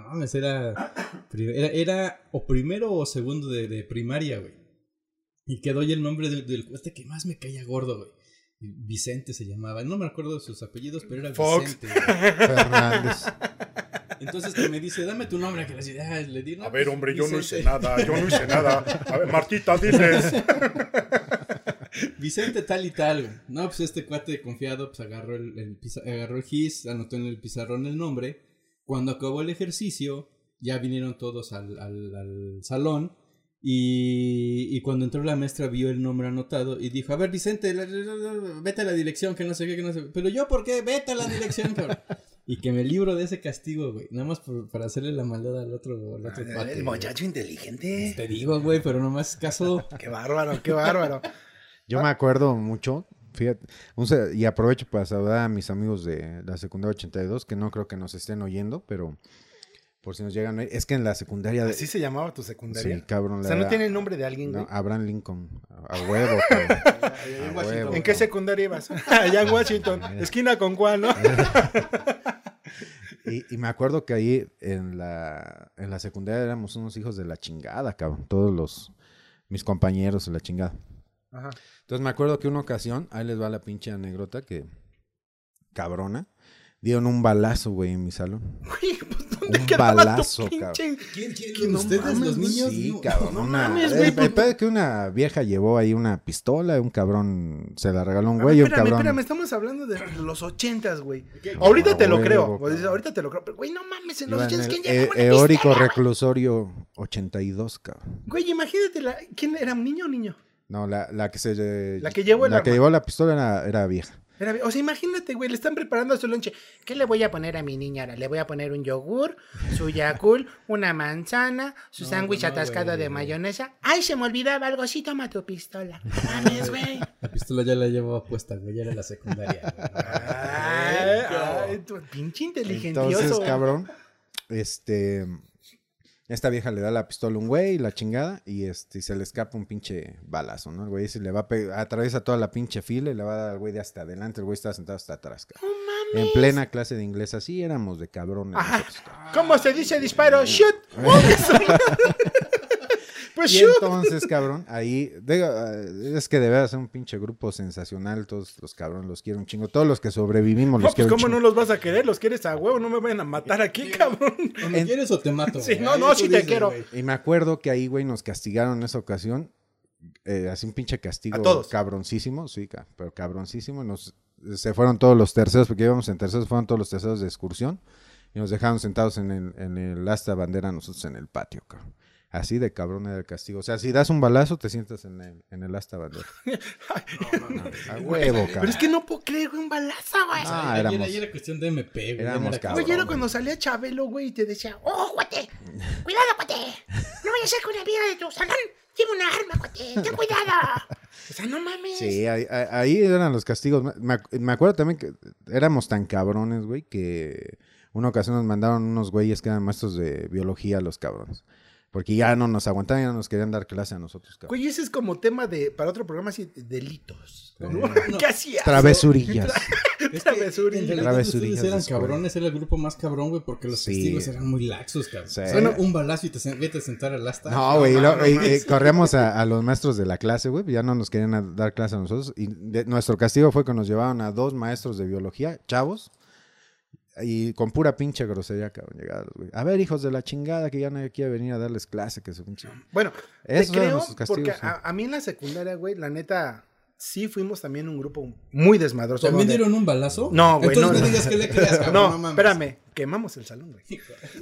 C: era o primero o segundo de primaria, güey. Y quedó ya el nombre del que más me caía gordo, güey. Vicente se llamaba. No me acuerdo de sus apellidos, pero era
A: Fox.
C: Vicente, güey.
B: Fernández.
C: Entonces que me dice, dame tu nombre, que le di, no,
A: A ver, hombre, yo no hice
C: Vicente.
A: nada. A ver, Martita, diles.
C: Vicente tal y tal, güey. No, pues este cuate confiado, pues agarró el gis, anotó en el pizarrón el nombre. Cuando acabó el ejercicio, ya vinieron todos al salón. Y cuando entró la maestra vio el nombre anotado y dijo, a ver, Vicente, vete a la dirección, que no sé qué, Pero yo, ¿por qué? Vete a la dirección, cabrón. Y que me libro de ese castigo, güey. Nada más para hacerle la maldad al otro cuate.
A: El muchacho inteligente.
C: Te digo, güey, pero nomás caso.
A: Qué bárbaro.
B: Yo me acuerdo mucho, fíjate, y aprovecho para saludar a mis amigos de la secundaria 82, que no creo que nos estén oyendo, pero por si nos llegan a oír, es que en la secundaria...
A: ¿Así se llamaba tu secundaria?
B: Sí, cabrón.
A: O sea, ¿no tiene el nombre de alguien, güey?
B: No, Abraham Lincoln, a huevo, cabrón. A huevo,
A: ¿En qué secundaria ibas? Allá en Washington, esquina con Juan, ¿no?
B: Y me acuerdo que ahí en la secundaria éramos unos hijos de la chingada, cabrón. Mis compañeros de la chingada.
A: Ajá.
B: Entonces me acuerdo que una ocasión, ahí les va la pinche anécdota que, cabrona, dieron un balazo, güey, en mi salón.
A: Güey, pues ¿dónde
B: Un
A: quedaba
B: balazo,
A: tu pinche?
C: ¿Quién?
A: No
C: ¿Ustedes,
A: mames,
C: los niños?
B: Sí,
C: No,
B: cabrón.
A: no mames, güey,
B: El
A: pues,
B: pedo es que una vieja llevó ahí una pistola, un cabrón se la regaló a un güey y un cabrón...
A: Espérame, estamos hablando de los 80s, güey.
C: ¿Qué?
A: Ahorita te lo
B: Huevo,
A: creo.
B: cabrón.
A: Pues, ahorita te lo creo. Pero, güey, no mames, en los
B: Iba en
A: 80s,
B: el
A: ¿quién llevaba una
B: Eórico
A: pistola, güey?
B: Reclusorio 82, cabrón.
A: Güey, imagínate, ¿quién era, un niño o niño?
B: No, la que
A: La que llevó el
B: la que
A: arma.
B: llevó la pistola era vieja.
A: O sea, imagínate, güey, le están preparando su lonche. ¿Qué le voy a poner a mi niña ahora? Le voy a poner un yogur, su Yakult, una manzana, su sándwich atascado
C: güey.
A: de mayonesa. ¡Ay, se me olvidaba algo! Sí, toma tu pistola. Mames, güey.
C: La pistola ya la llevaba puesta, güey, ya era la secundaria.
A: Ay, tu pinche inteligentioso.
B: Entonces, cabrón, esta vieja le da la pistola a un güey y la chingada y se le escapa un pinche balazo, ¿no? El güey se le va a pegar, atraviesa toda la pinche fila y le va a dar al güey de hasta adelante. El güey estaba sentado hasta atrás, cabrón.
A: No mames.
B: En plena clase de inglés, así éramos de cabrones.
A: Ajá.
B: nosotros, cabrón.
A: ¿Cómo se dice disparo? ¡Shoot! Pues
B: Y
A: shoot.
B: entonces, cabrón, ahí, es que debe ser un pinche grupo sensacional, todos los cabrones los quiero un chingo, todos los que sobrevivimos
A: No,
B: los
A: pues
B: quiero un
A: ¿cómo
B: chingo.
A: no los vas a querer? Los quieres a huevo, no me vayan a matar aquí, cabrón.
C: ¿O me quieres o te mato?
A: Sí,
C: güey?
A: no,
C: Ahí
A: no,
C: tú
A: sí te
C: dices,
A: quiero.
C: güey.
B: Y me acuerdo que ahí, güey, nos castigaron en esa ocasión, así un pinche castigo
A: A todos.
B: cabroncísimo, sí, pero cabroncísimo, se fueron todos los terceros, porque íbamos en terceros, fueron todos los terceros de excursión, y nos dejaron sentados en el asta bandera nosotros en el patio, cabrón. Así de cabrón era el castigo. O sea, si das un balazo, te sientas en el asta bandera. A huevo, cabrón.
A: Pero es que no puedo creer, güey, un balazo, güey.
B: Ah,
C: Ahí
B: éramos-
C: era cuestión de MP, güey.
B: éramos
C: ya no era
B: cabrones.
A: Oye, era cuando salía Chabelo, güey, y te decía, ¡oh, cuate! ¡Cuidado, cuate! No vaya a ser que una amiga de tu salón lleve una arma, cuate. ¡Ten cuidado! O sea, no mames.
B: Sí, ahí eran los castigos. Me acuerdo también que éramos tan cabrones, güey, que una ocasión nos mandaron unos güeyes que eran maestros de biología, los cabrones. Porque ya no nos aguantaban, ya no nos querían dar clase a nosotros, cabrón.
A: Güey, ese es como tema para otro programa así, delitos. ¿no? ¿Qué hacías?
B: Travesurillas.
C: Es que,
A: Travesurillas.
C: en realidad
B: Travesurillas
C: ustedes eran
B: de escuela.
C: cabrones, era el grupo más cabrón, güey, porque los
B: Sí.
C: testigos eran muy laxos, cabrón.
B: Sí.
C: Suena un balazo y vete a sentar al asta.
B: No, güey, corríamos a los maestros de la clase, güey, ya no nos querían dar clase a nosotros. Y nuestro castigo fue que nos llevaban a 2 maestros de biología, chavos, y con pura pinche grosería, cabrón, llegados, güey. A ver, hijos de la chingada, que ya nadie quiere venir a darles clase, que su pinche...
A: Bueno,
B: Esos
A: te
B: eran
A: creo,
B: nuestros castigos,
A: porque
B: sí.
A: a mí en la secundaria, güey, la neta, sí fuimos también un grupo muy desmadroso.
C: ¿También
A: donde-
C: dieron un balazo?
A: No, güey,
C: Entonces
A: no.
C: no digas que le creas, cabrón.
A: No,
C: mames.
A: espérame, quemamos el salón, güey.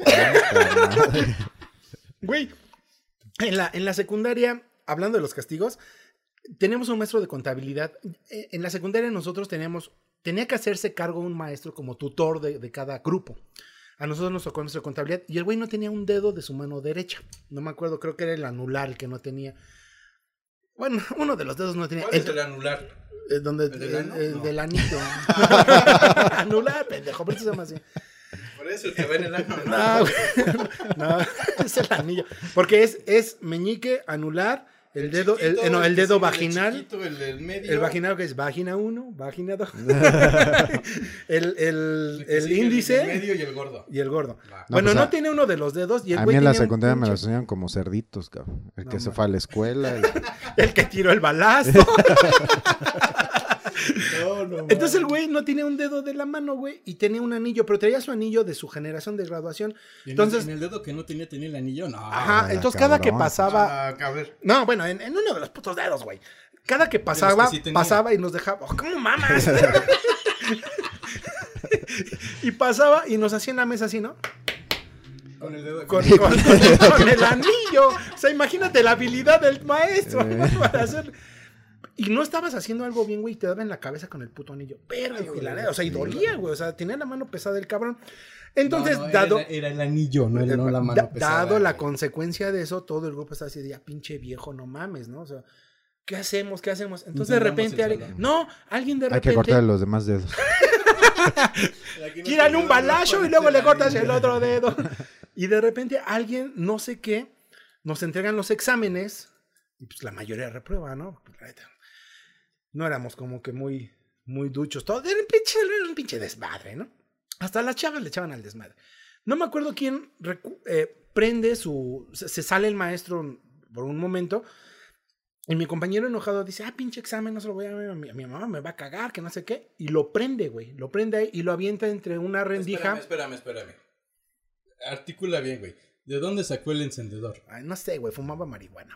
A: Güey, en la secundaria, hablando de los castigos, tenemos un maestro de contabilidad. En la secundaria nosotros tenía que hacerse cargo un maestro como tutor de cada grupo. A nosotros nos tocó nuestra contabilidad y el güey no tenía un dedo de su mano derecha. No me acuerdo, creo que era el anular el que no tenía. Bueno, uno de los dedos no tenía.
C: ¿Cuál es el anular?
A: Donde,
C: ¿El del ano?
A: el
C: No.
A: del anillo. Anular, pendejo, por eso se llama así.
C: revés, el que va en el ano.
A: No, güey. No, es el anillo. Porque es meñique, anular, el dedo,
C: chiquito,
A: el dedo
C: sí,
A: vaginal.
C: El chiquito, el medio.
A: El vaginal que es vagina 1, vagina 2. el
C: que sigue,
A: índice.
C: El medio y el gordo.
A: Y el gordo.
C: Va.
A: Bueno,
B: pues,
A: no tiene uno de los dedos. Y el
B: A
A: güey
B: mí en la
A: tiene un
B: secundaria me lo
A: pinche-
B: enseñaban como cerditos, cabrón. El que
A: No,
B: se
A: man.
B: fue a la escuela.
A: El que tiró el balazo.
C: No,
A: Entonces el güey no tiene un dedo de la mano, güey. Y tenía un anillo, pero traía su anillo de su generación de graduación. Entonces,
C: en el dedo que no tenía el anillo, no.
A: ajá,
B: Ah,
A: entonces cada que
B: cabrón.
A: pasaba.
C: A ver.
A: No, bueno, en uno de los putos dedos, güey. Cada que pasaba,
C: sí tenía.
A: pasaba y nos dejaba. Oh, ¿cómo mamas? Y pasaba y nos hacía en la mesa así, ¿no?
C: Con el dedo.
A: Con el anillo. O sea, imagínate la habilidad del maestro para hacer. Y no estabas haciendo algo bien, güey, y te daba en la cabeza con el puto anillo. Pero, güey, la neta, o sea, y dolía, güey. O sea, tenía la mano pesada el cabrón. Entonces,
C: No,
A: dado.
C: Era el anillo, no la mano pesada.
A: Dado la
C: güey.
A: consecuencia de eso, todo el grupo estaba así de ya, pinche viejo, no mames, ¿no? O sea, ¿qué hacemos? ¿Qué hacemos? Entonces de
C: Intentamos
A: repente
C: el
A: alguien.
C: salón.
A: No, alguien de
B: Hay
A: repente.
B: que cortar los demás dedos.
A: Tiran un balazo y luego le cortas el otro dedo. Y de repente alguien, no sé qué, nos entregan los exámenes y pues la mayoría reprueba, ¿no? Pues, la neta, no éramos como que muy duchos. Todo era un pinche desmadre, ¿no? Hasta las chavas le echaban al desmadre. No me acuerdo quién prende se sale el maestro por un momento. Y mi compañero enojado dice, pinche examen, no se lo voy a dar a mi mamá, me va a cagar, que no sé qué. Y lo prende, güey. Lo prende ahí y lo avienta entre una rendija.
C: Espérame. Articula bien, güey. ¿De dónde sacó el encendedor?
A: Ay, no sé, güey, fumaba marihuana.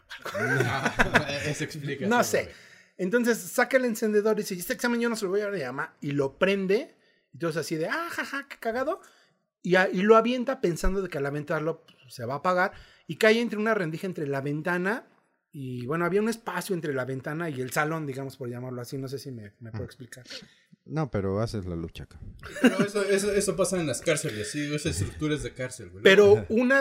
C: Eso explica.
A: No
C: todo,
A: sé.
C: güey.
A: Entonces saca el encendedor y dice, este examen yo no se lo voy a dar a mi mamá. Y lo prende. Y todos así de, jaja, qué cagado. Y lo avienta pensando de que al aventarlo pues, se va a apagar. Y cae entre una rendija entre la ventana. Y bueno, había un espacio entre la ventana y el salón, digamos, por llamarlo así. No sé si me puedo explicar.
B: No, pero haces la lucha, cabrón.
C: Pero eso pasa en las cárceles, sí, esas estructuras de cárcel, güey.
A: Pero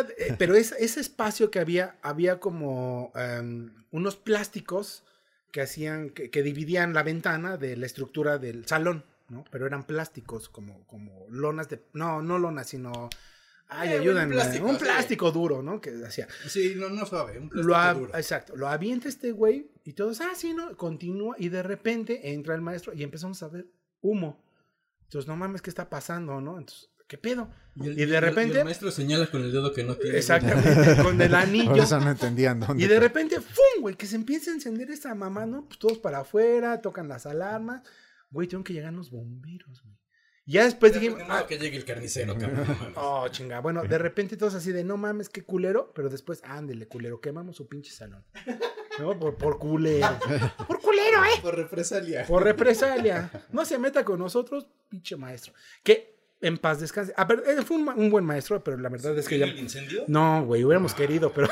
A: ese espacio que había como unos plásticos que hacían, que dividían la ventana de la estructura del salón, ¿no? Pero eran plásticos, como lonas de, no lonas, sino, ayúdenme, un plástico duro, ¿no? Que hacía.
C: Sí, no suave, un plástico duro.
A: Exacto, lo avienta este güey y todos, sí, no, continúa y de repente entra el maestro y empezamos a ver humo. Entonces, no mames, ¿qué está pasando, no? Entonces, ¿qué pedo? Y de repente...
C: el maestro señala con el dedo que no tiene.
A: Exactamente, con el anillo.
B: Por eso no entendían dónde.
A: Y de repente, ¡fum! Güey, que se empieza a encender esa mamá, ¿no? Pues todos para afuera, tocan las alarmas. Güey, tienen que llegar los bomberos, güey. Ya después dijimos...
C: Que llegue el carnicero, cabrón.
A: Oh, chinga. Bueno, de repente todos así de, no mames, qué culero. Pero después, ándele, culero, quemamos su pinche salón. ¿No? Por culero. Por culero,
C: Por represalia.
A: Por represalia. No se meta con nosotros, pinche maestro. Que en paz descanse. Pero fue un buen maestro, pero la verdad es que ya...
C: ¿El incendio?
A: No, güey, hubiéramos querido, pero...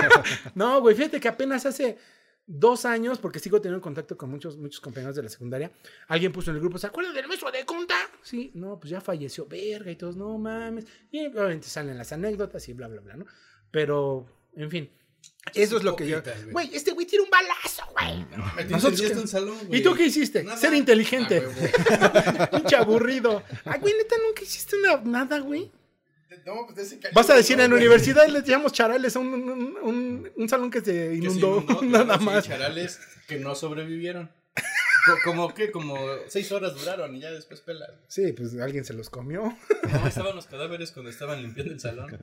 A: No, güey, fíjate que apenas hace 2 años, porque sigo teniendo contacto con muchos compañeros de la secundaria, alguien puso en el grupo, ¿se acuerdan del maestro de conta? Sí, no, pues ya falleció, verga, y todos, no mames. Y obviamente salen las anécdotas y bla, bla, bla, ¿no? Pero, en fin, eso es lo que yo... Güey, este güey tiene un balazo, güey.
C: Nosotros un salón, güey.
A: ¿Y tú qué hiciste?
C: Nada.
A: Ser inteligente. Pinche aburrido. Güey, neta, nunca hiciste nada, güey.
C: No, pues de ese calibre,
A: Vas a decir,
C: no,
A: en
C: güey.
A: universidad les llamamos charales a un salón que se inundó, nada
C: sí,
A: más.
C: charales que no sobrevivieron. Como 6 horas duraron y ya después pelan.
A: Sí, pues alguien se los comió.
C: No, estaban los cadáveres cuando estaban limpiando el salón.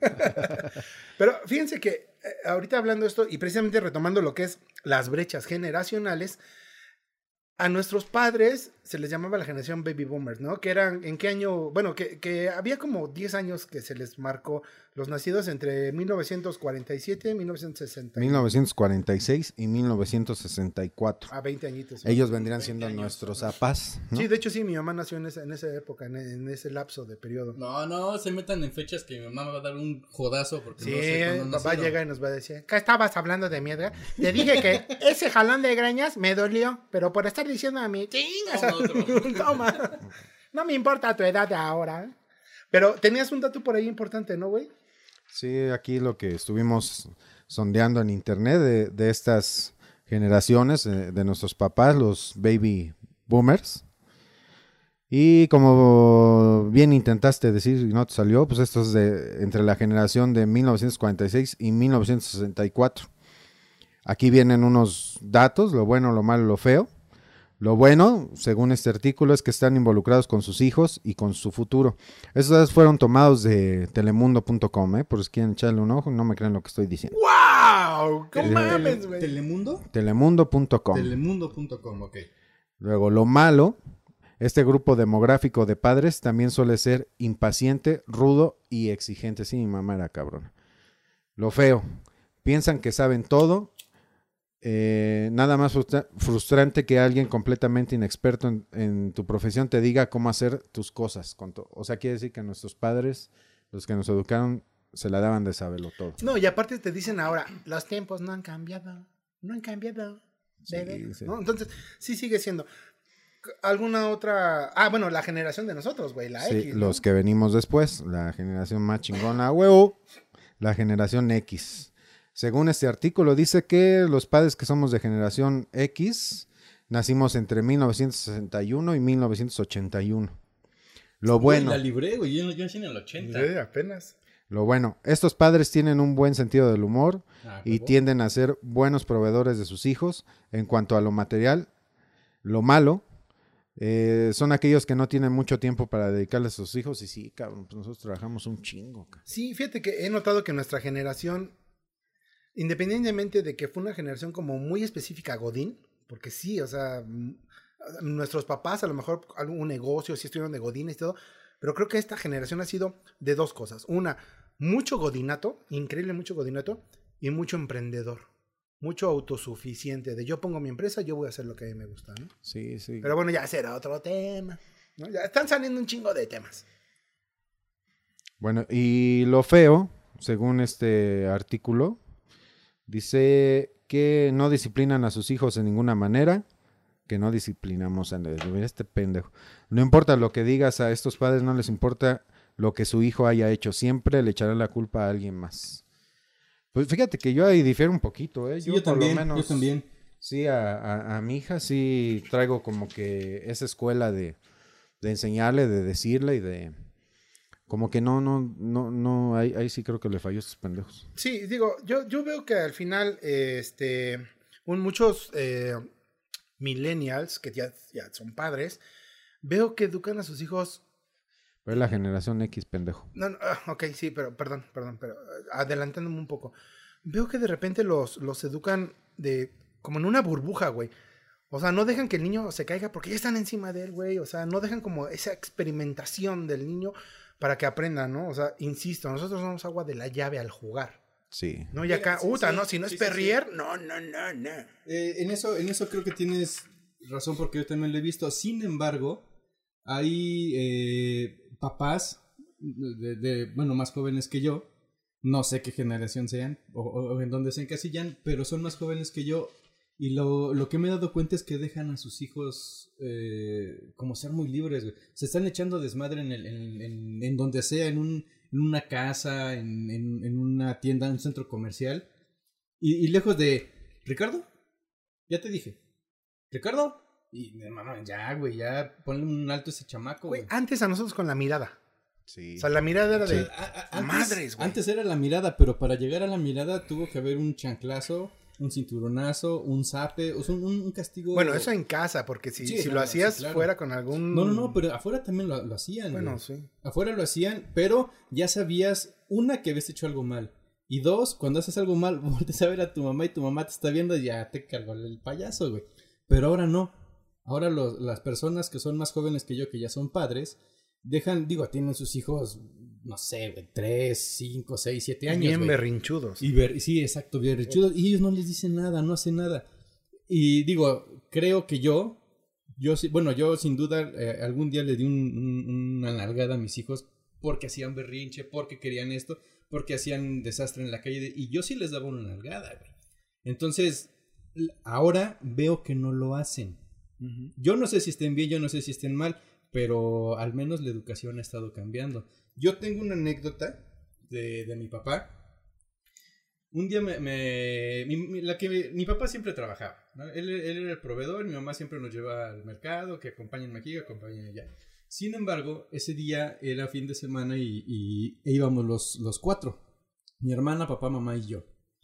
A: Pero fíjense que ahorita hablando de esto y precisamente retomando lo que es las brechas generacionales, a nuestros padres se les llamaba la generación baby boomers, ¿no? Que eran, ¿en qué año? Bueno, que había como 10 años que se les marcó los nacidos entre 1947 y 1960.
B: 1946 y 1964.
A: A 20 añitos.
B: Ellos vendrían siendo nuestros papás, ¿no?
A: Sí, de hecho sí, mi mamá nació en esa época, en ese lapso de periodo.
C: No se metan en fechas que mi mamá me va a dar un jodazo porque
A: Sí,
C: no sé cuándo
A: papá
C: nacieron.
A: llega y nos va a decir, ¿qué estabas hablando de mierda? Te dije que ese jalón de greñas me dolió, pero por estar diciendo a mí, toma, no me importa tu edad de ahora. Pero tenías un dato por ahí importante, ¿no, güey?
B: Sí, aquí lo que estuvimos sondeando en internet de estas generaciones de nuestros papás, los baby boomers. Y como bien intentaste decir y no te salió, pues esto es entre la generación de 1946 y 1964. Aquí vienen unos datos, lo bueno, lo malo, lo feo. Lo bueno, según este artículo, es que están involucrados con sus hijos y con su futuro. Estos datos fueron tomados de telemundo.com, por si quieren echarle un ojo, no me crean lo que estoy diciendo.
A: ¡Wow! ¡No mames, güey!
C: ¿Telemundo?
B: Telemundo.com.
C: Telemundo.com, ok.
B: Luego, lo malo, este grupo demográfico de padres también suele ser impaciente, rudo y exigente. Sí, mi mamá era cabrona. Lo feo, piensan que saben todo. Nada más frustrante que alguien completamente inexperto en tu profesión te diga cómo hacer tus cosas. O sea, quiere decir que nuestros padres, los que nos educaron, se la daban de saberlo todo.
A: No, y aparte te dicen ahora, los tiempos no han cambiado. No han cambiado.
B: Sí, sí.
A: ¿No? Entonces, sí sigue siendo. ¿Alguna otra? Ah, bueno, la generación de nosotros, güey, la
B: Sí,
A: X. ¿no?
B: los que venimos después, la generación más chingona, huevo, la generación X. Según este artículo, dice que los padres que somos de generación X nacimos entre 1961 y 1981. Lo bueno.
C: La libré, güey. Yo nací en el 80.
A: Apenas.
B: Lo bueno, estos padres tienen un buen sentido del humor y
C: ¿cómo?
B: tienden a ser buenos proveedores de sus hijos en cuanto a lo material. Lo malo, son aquellos que no tienen mucho tiempo para dedicarles a sus hijos y sí, cabrón, pues nosotros trabajamos un chingo. Cabrón.
A: Sí, fíjate que he notado que nuestra generación, independientemente de que fue una generación como muy específica Godín, porque sí, o sea, nuestros papás a lo mejor algún negocio, sí estuvieron de Godines y todo, pero creo que esta generación ha sido de dos cosas. Una, mucho godinato, increíble mucho godinato, y mucho emprendedor, mucho autosuficiente, de yo pongo mi empresa, yo voy a hacer lo que a mí me gusta, ¿no?
B: Sí, sí.
A: Pero bueno, ya será otro tema, ¿no? Ya están saliendo un chingo de temas.
B: Bueno, y lo feo, según este artículo, dice que no disciplinan a sus hijos de ninguna manera, que no disciplinamos a este pendejo. No importa lo que digas a estos padres, no les importa lo que su hijo haya hecho, siempre le echarán la culpa a alguien más. Pues fíjate que yo ahí difiero un poquito, ¿eh?
C: Sí, yo también, yo también.
B: Sí, a mi hija sí traigo como que esa escuela de enseñarle, de decirle y de... Como que no, ahí sí creo que le falló a estos pendejos.
A: Sí, digo, yo veo que al final, muchos millennials, que ya son padres, veo que educan a sus hijos.
B: Pero es la generación X, pendejo.
A: No, ok, sí, pero perdón, pero adelantándome un poco. Veo que de repente los educan como en una burbuja, güey. O sea, no dejan que el niño se caiga porque ya están encima de él, güey. O sea, no dejan como esa experimentación del niño para que aprenda, ¿no? O sea, insisto, nosotros damos agua de la llave al jugar.
B: Sí.
A: No, y acá,
C: Sí,
A: no, si no es Perrier, no.
C: En eso creo que tienes razón porque yo también lo he visto. Sin embargo, hay papás bueno, más jóvenes que yo. No sé qué generación sean o en dónde se encasillan, pero son más jóvenes que yo. Y lo que me he dado cuenta es que dejan a sus hijos como ser muy libres, güey. Se están echando desmadre en donde sea, en una casa, en una tienda, en un centro comercial. Y lejos de, Ricardo, ya te dije, Ricardo. Y mi mamá, ya, güey, ya ponle un alto a ese chamaco, güey.
A: Antes a nosotros con la mirada.
B: Sí.
A: O sea, la mirada era de
C: Antes,
A: madres, güey.
C: Antes era la mirada, pero para llegar a la mirada tuvo que haber un chanclazo, un cinturonazo, un zape, o sea, un castigo.
A: Bueno, eso en casa, porque si lo hacías claro. Fuera con algún...
C: No, pero afuera también lo hacían.
A: Bueno,
C: güey.
A: sí.
C: Afuera lo hacían, pero ya sabías, una, que habías hecho algo mal. Y dos, cuando haces algo mal, volteas a ver a tu mamá y tu mamá te está viendo y ya te cargó el payaso, güey. Pero ahora no. Ahora las personas que son más jóvenes que yo, que ya son padres, tienen sus hijos, no sé, 3, 5, 6, 7 años.
A: Bien
C: güey.
A: berrinchudos.
C: Sí, exacto, berrinchudos. Y ellos no les dicen nada, no hacen nada. Y creo que yo sin duda algún día le di una nalgada a mis hijos porque hacían berrinche, porque querían esto, porque hacían desastre en la calle. Y yo sí les daba una nalgada, güey. Entonces, ahora veo que no lo hacen. Uh-huh. Yo no sé si estén bien, yo no sé si estén mal, pero al menos la educación ha estado cambiando. Yo tengo una anécdota de mi papá. Un día mi papá siempre trabajaba, ¿no? Él era el proveedor, mi mamá siempre nos lleva al mercado, que acompáñenme aquí, que acompáñenme allá. Sin embargo, ese día era fin de semana e íbamos los cuatro. Mi hermana, papá, mamá y yo.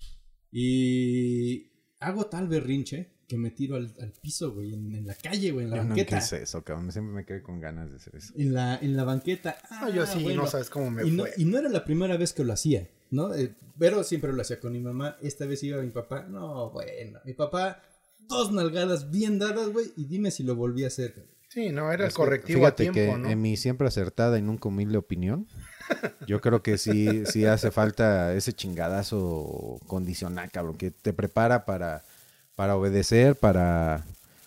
C: Y hago tal berrinche que me tiro al piso, güey, en la calle, güey, en la banqueta.
B: No hice eso, cabrón. Siempre me quedé con ganas de hacer eso.
C: En la banqueta.
A: Yo sí, bueno, no sabes cómo me fue.
C: Y no era la primera vez que lo hacía, ¿no? Pero siempre lo hacía con mi mamá. Esta vez iba mi papá. No, bueno. Mi papá, 2 nalgadas bien dadas, güey. Y dime si lo volví a hacer, güey.
A: Sí, no, era el correctivo a tiempo,
B: que
A: ¿no?
B: En mi siempre acertada y nunca humilde opinión, yo creo que sí hace falta ese chingadazo condicional, cabrón, que te prepara para obedecer, para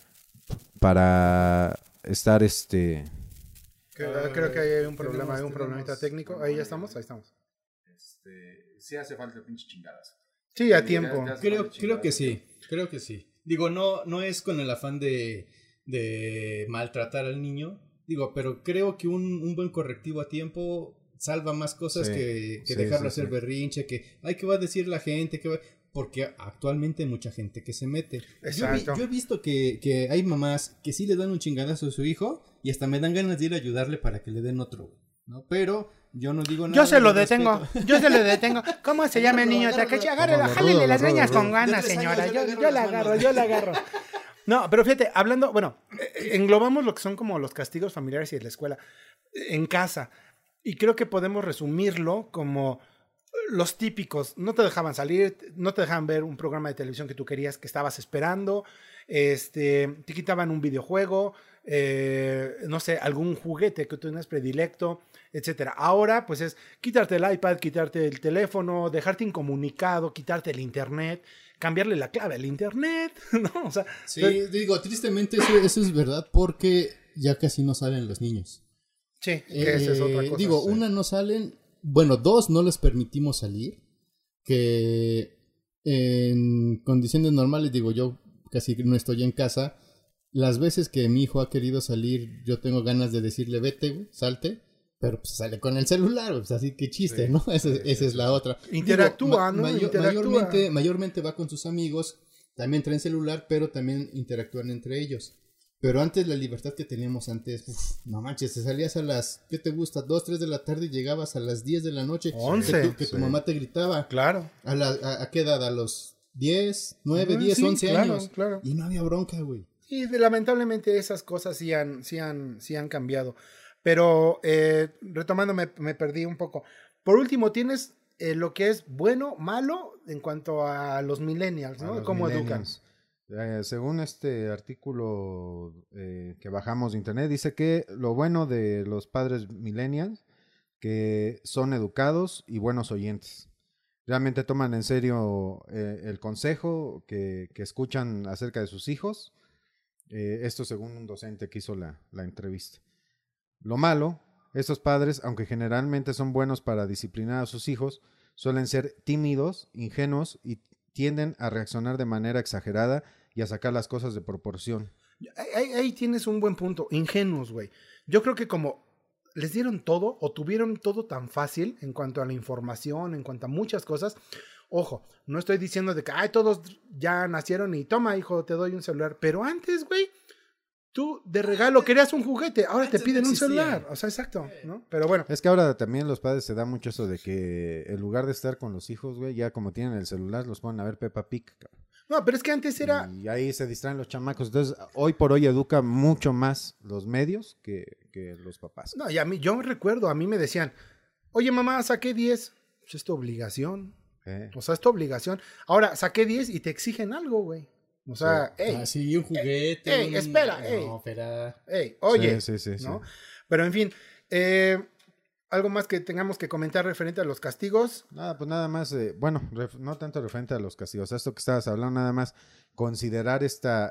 B: estar
A: Creo que hay un problema, hay un problemita técnico. Ahí ya estamos, ahí estamos.
B: Sí hace falta el pinche chingadazo.
A: Sí, a tiempo.
C: Creo que sí. Digo, no es con el afán de maltratar al niño. Digo, pero creo que un buen correctivo a tiempo salva más cosas que dejarlo hacer berrinche, que, ¿qué va a decir la gente? Porque actualmente hay mucha gente que se mete. Yo he visto que hay mamás que sí le dan un chingadazo a su hijo y hasta me dan ganas de ir a ayudarle para que le den otro, ¿no? Pero yo no digo nada.
A: Yo se lo detengo. ¿Cómo se llama el niño? Agárrelo, jálele las greñas con ganas, señora. Yo la agarro. No, pero fíjate, hablando, bueno, englobamos lo que son como los castigos familiares y de la escuela en casa. Y creo que podemos resumirlo como los típicos. No te dejaban salir, no te dejaban ver un programa de televisión que tú querías, que estabas esperando. Te quitaban un videojuego, no sé, algún juguete que tú tenías predilecto, etcétera. Ahora, pues es quitarte el iPad, quitarte el teléfono, dejarte incomunicado, quitarte el internet, cambiarle la clave al internet, ¿no? O sea,
C: sí, digo, tristemente eso es verdad porque ya casi no salen los niños.
A: Sí, que esa es otra cosa.
C: Digo,
A: sí.
C: Una no salen, bueno, 2 no les permitimos salir, que en condiciones normales, digo, yo casi no estoy en casa. Las veces que mi hijo ha querido salir, yo tengo ganas de decirle, vete, güey, salte. Pero pues sale con el celular, pues así que chiste, sí, ¿no? Esa es la otra.
A: Interactúa, ¿no?
C: Mayormente va con sus amigos, también traen celular, pero también interactúan entre ellos. Pero antes, la libertad que teníamos antes, no manches, te salías a las, ¿qué te gusta? 2, 3 de la tarde y llegabas a las 10 de la noche.
A: 11.
C: Que tu mamá te gritaba.
A: Claro.
C: ¿A qué edad? A los 10, 9, 10, 11 años.
A: Claro.
C: Y no había bronca, güey.
A: Y lamentablemente esas cosas sí han cambiado. Pero retomando, me perdí un poco. Por último, tienes lo que es bueno, malo en cuanto a los millennials, ¿no? ¿Cómo educan?
B: Según este artículo que bajamos de internet, dice que lo bueno de los padres millennials, que son educados y buenos oyentes. Realmente toman en serio el consejo que escuchan acerca de sus hijos. Esto según un docente que hizo la entrevista. Lo malo, estos padres, aunque generalmente son buenos para disciplinar a sus hijos, suelen ser tímidos, ingenuos y tienden a reaccionar de manera exagerada y a sacar las cosas de proporción.
A: Ahí tienes un buen punto, ingenuos, güey. Yo creo que como les dieron todo o tuvieron todo tan fácil en cuanto a la información, en cuanto a muchas cosas, ojo, no estoy diciendo de que todos ya nacieron y toma, hijo, te doy un celular, pero antes, güey, tú de regalo querías un juguete, ahora te piden un celular. O sea, exacto, ¿no? Pero bueno.
B: Es que ahora también los padres se da mucho eso de que en lugar de estar con los hijos, güey, ya como tienen el celular, los ponen a ver Peppa Pig, cabrón.
A: No, pero es que antes era...
B: Y ahí se distraen los chamacos. Entonces, hoy por hoy educa mucho más los medios que los papás.
A: No, y yo recuerdo, a mí me decían, oye, mamá, saqué 10. Pues es tu obligación. O sea, es tu obligación. Ahora, saqué 10 y te exigen algo, güey. O sea,
C: sí, un juguete.
A: Espera,
C: No, espera.
A: Oye.
B: Sí.
A: ¿no? Pero en fin, algo más que tengamos que comentar referente a los castigos.
B: Pues nada más, no tanto referente a los castigos, a esto que estabas hablando, nada más considerar esta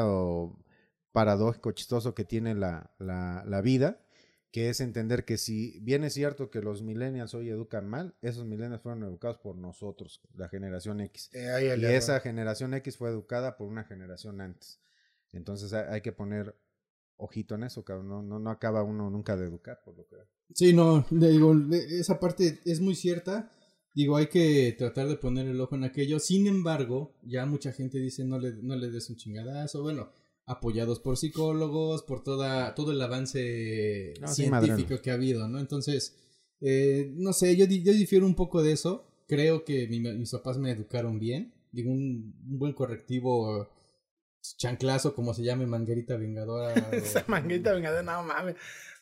B: paradójico chistoso que tiene la vida, que es entender que si bien es cierto que los millennials hoy educan mal, esos millennials fueron educados por nosotros, la generación X. Y esa generación X fue educada por una generación antes. Entonces hay que poner ojito en eso, cabrón. No acaba uno nunca de educar, por lo que veo.
C: Sí, no, digo, esa parte es muy cierta. Digo, hay que tratar de poner el ojo en aquello. Sin embargo, ya mucha gente dice no le des un chingadazo. Bueno, apoyados por psicólogos, por todo el avance científico que ha habido, ¿no? Entonces, no sé, yo difiero un poco de eso. Creo que mis papás me educaron bien. Digo, un buen correctivo, chanclazo, como se llame, manguerita vengadora.
A: Esa manguerita vengadora, no mames.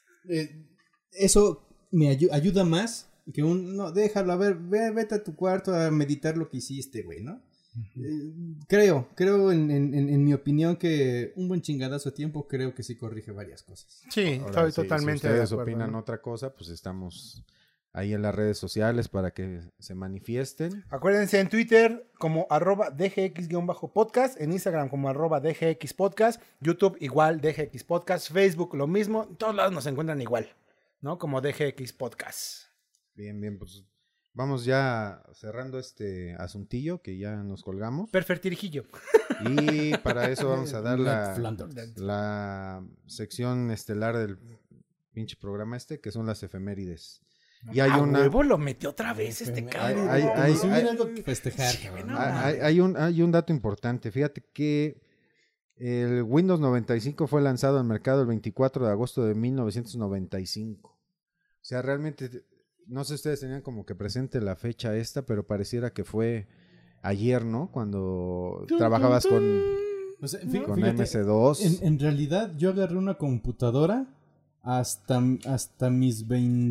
C: Eso me ayuda más que no, déjalo, a ver, vete a tu cuarto a meditar lo que hiciste, güey, ¿no? Creo en mi opinión que un buen chingadazo a tiempo creo que sí corrige varias cosas.
A: Sí,
B: Ahora,
A: estoy totalmente
B: si ustedes
A: de acuerdo,
B: opinan
A: ¿no?
B: otra cosa, pues estamos ahí en las redes sociales para que se manifiesten.
A: Acuérdense en Twitter como @DGX-podcast, en Instagram como @DGXpodcast, YouTube igual DGX Podcast, Facebook lo mismo, en todos lados nos encuentran igual, ¿no? Como DGX Podcast.
B: Bien, pues vamos ya cerrando este asuntillo que ya nos colgamos.
A: Perfectirijillo.
B: Y para eso vamos a dar
C: Flanders.
B: la sección estelar del pinche programa que son las efemérides. Y hay
A: huevo lo metió otra vez este cabrón.
C: Si hubiera algo que festejar, cabrón.
B: Hay un dato importante. Fíjate que el Windows 95 fue lanzado al mercado el 24 de agosto de 1995. O sea, realmente, no sé si ustedes tenían como que presente la fecha pero pareciera que fue ayer, ¿no? Cuando trabajabas con
C: fíjate,
B: MS2.
C: En realidad, yo agarré una computadora hasta mis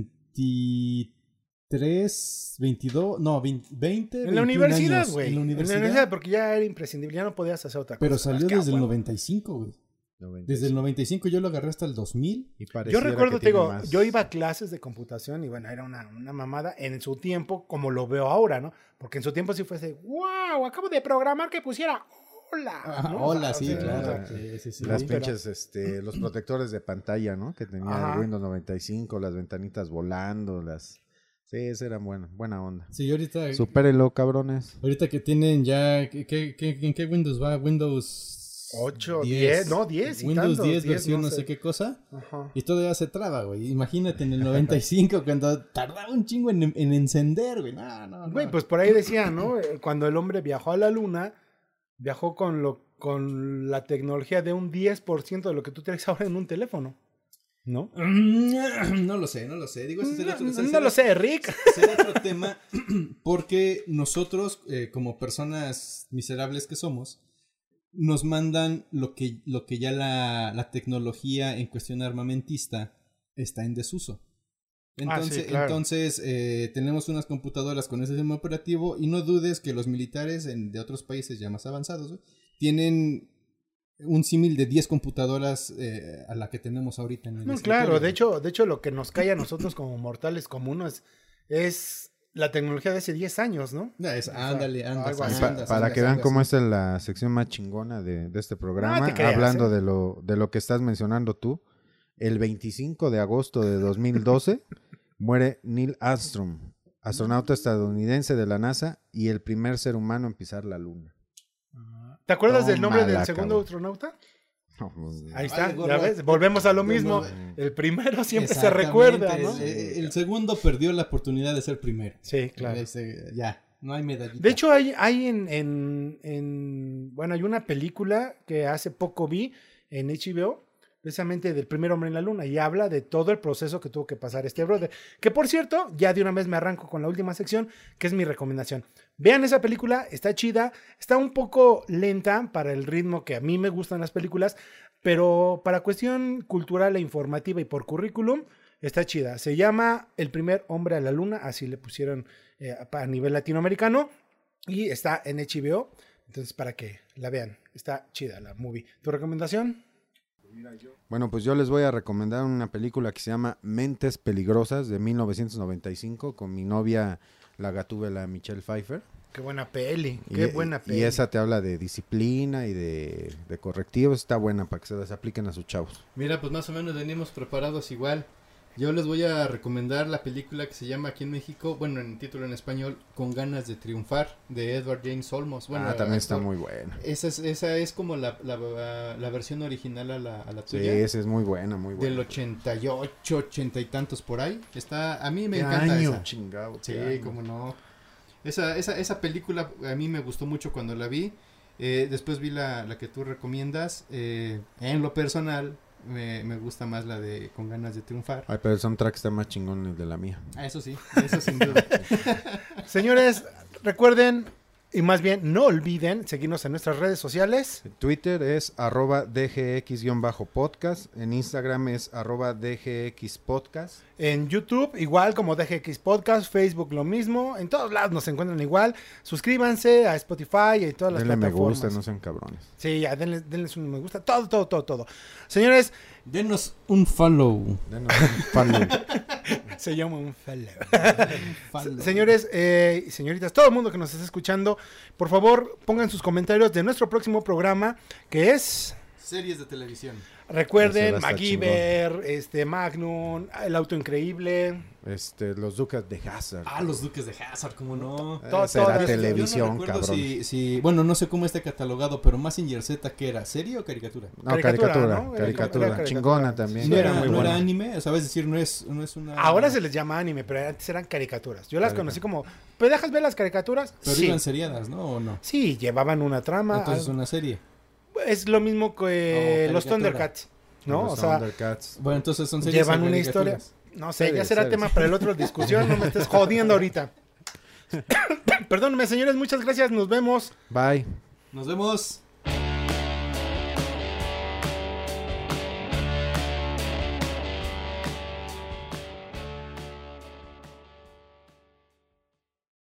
C: 23, 22, no, 20,
A: en la universidad,
C: años,
A: güey.
C: En la
A: En la universidad, porque ya era imprescindible, ya no podías hacer otra cosa.
C: Pero salió
A: más que
C: desde
A: a
C: el
A: huevo.
C: 95, güey. Desde el 95 yo lo agarré hasta el 2000.
B: Y
A: Yo
B: pareciera
A: recuerdo,
B: que
A: te digo,
B: tiene más.
A: yo iba a clases de computación y bueno, era una mamada en su tiempo, como lo veo ahora, ¿no? Porque en su tiempo sí fuese, wow, acabo de programar que pusiera hola. ¿no?
C: Hola,
A: O
C: sí,
A: sea,
C: claro.
A: o sea,
C: Sí.
B: Las
A: pero-
B: pinches, los protectores de pantalla, ¿no? Que tenía
A: Ajá.
B: el Windows 95, las ventanitas volando, Sí, esa era buena onda.
C: Sí, ahorita
B: Supérenlo, cabrones.
C: que tienen ya, ¿en qué Windows va? Windows
A: 8, 10, no, 10 y
C: Windows
A: tantos,
C: 10
A: 10,
C: versión
A: no
C: no sé
A: sé.
C: qué cosa.
A: Ajá.
C: Y todavía se traba, güey. Imagínate en el 95 cuando tardaba un chingo en encender, güey. No.
A: Güey, pues por ahí decía, ¿no? Cuando el hombre viajó a la luna, viajó con la tecnología de un 10% de lo que tú tienes ahora en un teléfono, ¿no?
C: No lo sé. Digo, ese será
A: No lo sé, Rick.
C: será otro tema porque nosotros, como personas miserables que somos, nos mandan lo que ya la tecnología en cuestión armamentista está en desuso. Entonces,
A: sí, claro.
C: tenemos unas computadoras con ese sistema operativo y no dudes que los militares de otros países ya más avanzados, güey, tienen un símil de 10 computadoras a la que tenemos ahorita en el
A: No,
C: escritorio,
A: claro, de
C: güey.
A: hecho lo que nos cae a nosotros como mortales comunes es la tecnología de hace 10 años, ¿no?
C: Ándale.
A: algo así.
B: Para que vean cómo esta es la sección más chingona de este programa,
A: No te creas,
B: hablando de lo que estás mencionando tú, el 25 de agosto de 2012 muere Neil Armstrong, astronauta estadounidense de la NASA y el primer ser humano en pisar la luna.
A: ¿Te acuerdas del nombre del
B: Tómala,
A: segundo
B: cabrón.
A: astronauta?
B: No, pues,
A: Ahí está,
C: Vale,
A: ya
C: gorro.
A: ves, volvemos a lo mismo. El primero siempre se recuerda, ¿no?
C: El segundo perdió la oportunidad de ser primero.
A: Sí, claro.
C: Ya, no hay medallita.
A: De hecho, hay bueno, hay una película que hace poco vi en HBO, precisamente del primer hombre en la luna, y habla de todo el proceso que tuvo que pasar este brother. Que por cierto, ya de una vez me arranco con la última sección, que es mi recomendación. Vean esa película, está chida, está un poco lenta para el ritmo que a mí me gustan las películas, pero para cuestión cultural e informativa y por currículum, está chida. Se llama El primer hombre a la luna, así le pusieron a nivel latinoamericano, y está en HBO, entonces para que la vean. Está chida la movie. ¿Tu recomendación?
B: Bueno, pues yo les voy a recomendar una película que se llama Mentes Peligrosas de 1995 con mi novia, la gatúbela Michelle Pfeiffer.
A: Qué buena peli, qué buena peli.
B: Y esa te habla de disciplina y de correctivos. Está buena para que se las apliquen a sus chavos.
C: Mira, pues más o menos venimos preparados igual. Yo les voy a recomendar la película que se llama aquí en México, bueno, en título en español, Con ganas de triunfar, de Edward James Olmos. Bueno,
B: También está muy buena.
C: Esa es como la versión original a la
B: Sí,
C: tuya.
B: esa es muy buena, muy buena.
C: Del 88, 80 y tantos por ahí. A mí me
A: ¿Qué
C: encanta
A: año?
C: esa.
B: Chingado,
C: Sí,
B: qué año.
C: cómo no. Esa película a mí me gustó mucho cuando la vi. Después vi la que tú recomiendas. En lo personal, me gusta más la de Con ganas de triunfar.
B: Ay, pero el soundtrack está más chingón el de la mía.
C: Eso sí, eso sin duda.
A: Señores, recuerden, y más bien no olviden, seguirnos en nuestras redes sociales.
B: Twitter es @dgx_podcast. En Instagram es @dgxpodcast.
A: En YouTube, igual como DGX Podcast, Facebook lo mismo, en todos lados nos encuentran igual. Suscríbanse a Spotify y todas las
B: Denle me
A: plataformas.
B: gusta, no sean cabrones.
A: Sí, ya, denles un me gusta, todo. Señores,
C: Denos un follow.
B: Denos un follow.
A: se llama un follow.
C: Follow.
A: Señores y señoritas, todo el mundo que nos esté escuchando, por favor pongan sus comentarios de nuestro próximo programa, que es...
C: Series de televisión.
B: Ese
A: Recuerden,
B: va a estar
A: MacGyver, Magnum, El Auto Increíble.
B: Los Ducas de Hazard.
C: Los Duques de Hazard, ¿cómo no?
A: Todo-
B: Esa era
A: todo-
B: televisión,
C: Yo no recuerdo
B: cabrón.
C: bueno, no sé cómo está catalogado, pero Mazinger Z, ¿qué era? ¿Serie o caricatura?
B: No,
A: Caricatura,
B: caricatura,
A: ¿no?
B: caricatura.
A: Era
B: Chingona
A: caricatura.
B: también.
A: Sí,
C: No
A: era
C: era,
A: muy
C: no
A: buena.
C: era anime, o sea, es decir, no es una...
A: Ahora se les llama anime, pero antes eran caricaturas. Yo las
B: Caricatura.
A: conocí como, ¿me dejas ver las caricaturas?
C: Pero
A: Sí.
C: iban seriadas, ¿no? ¿O no?
A: Sí, llevaban una trama.
C: Entonces una serie.
A: Es lo mismo que
C: Oh,
A: los
C: caricatura.
A: Thundercats, ¿no?
B: Los
A: O sea,
B: Thundercats.
C: Bueno, entonces son series
A: llevan
C: o
A: una
C: caricaturas.
A: historia. No sé, ya
B: Series,
A: será
B: series.
A: tema para el otro discusión, no me estés jodiendo ahorita. Perdónenme, señores, muchas gracias, nos vemos.
B: Bye.
C: Nos vemos.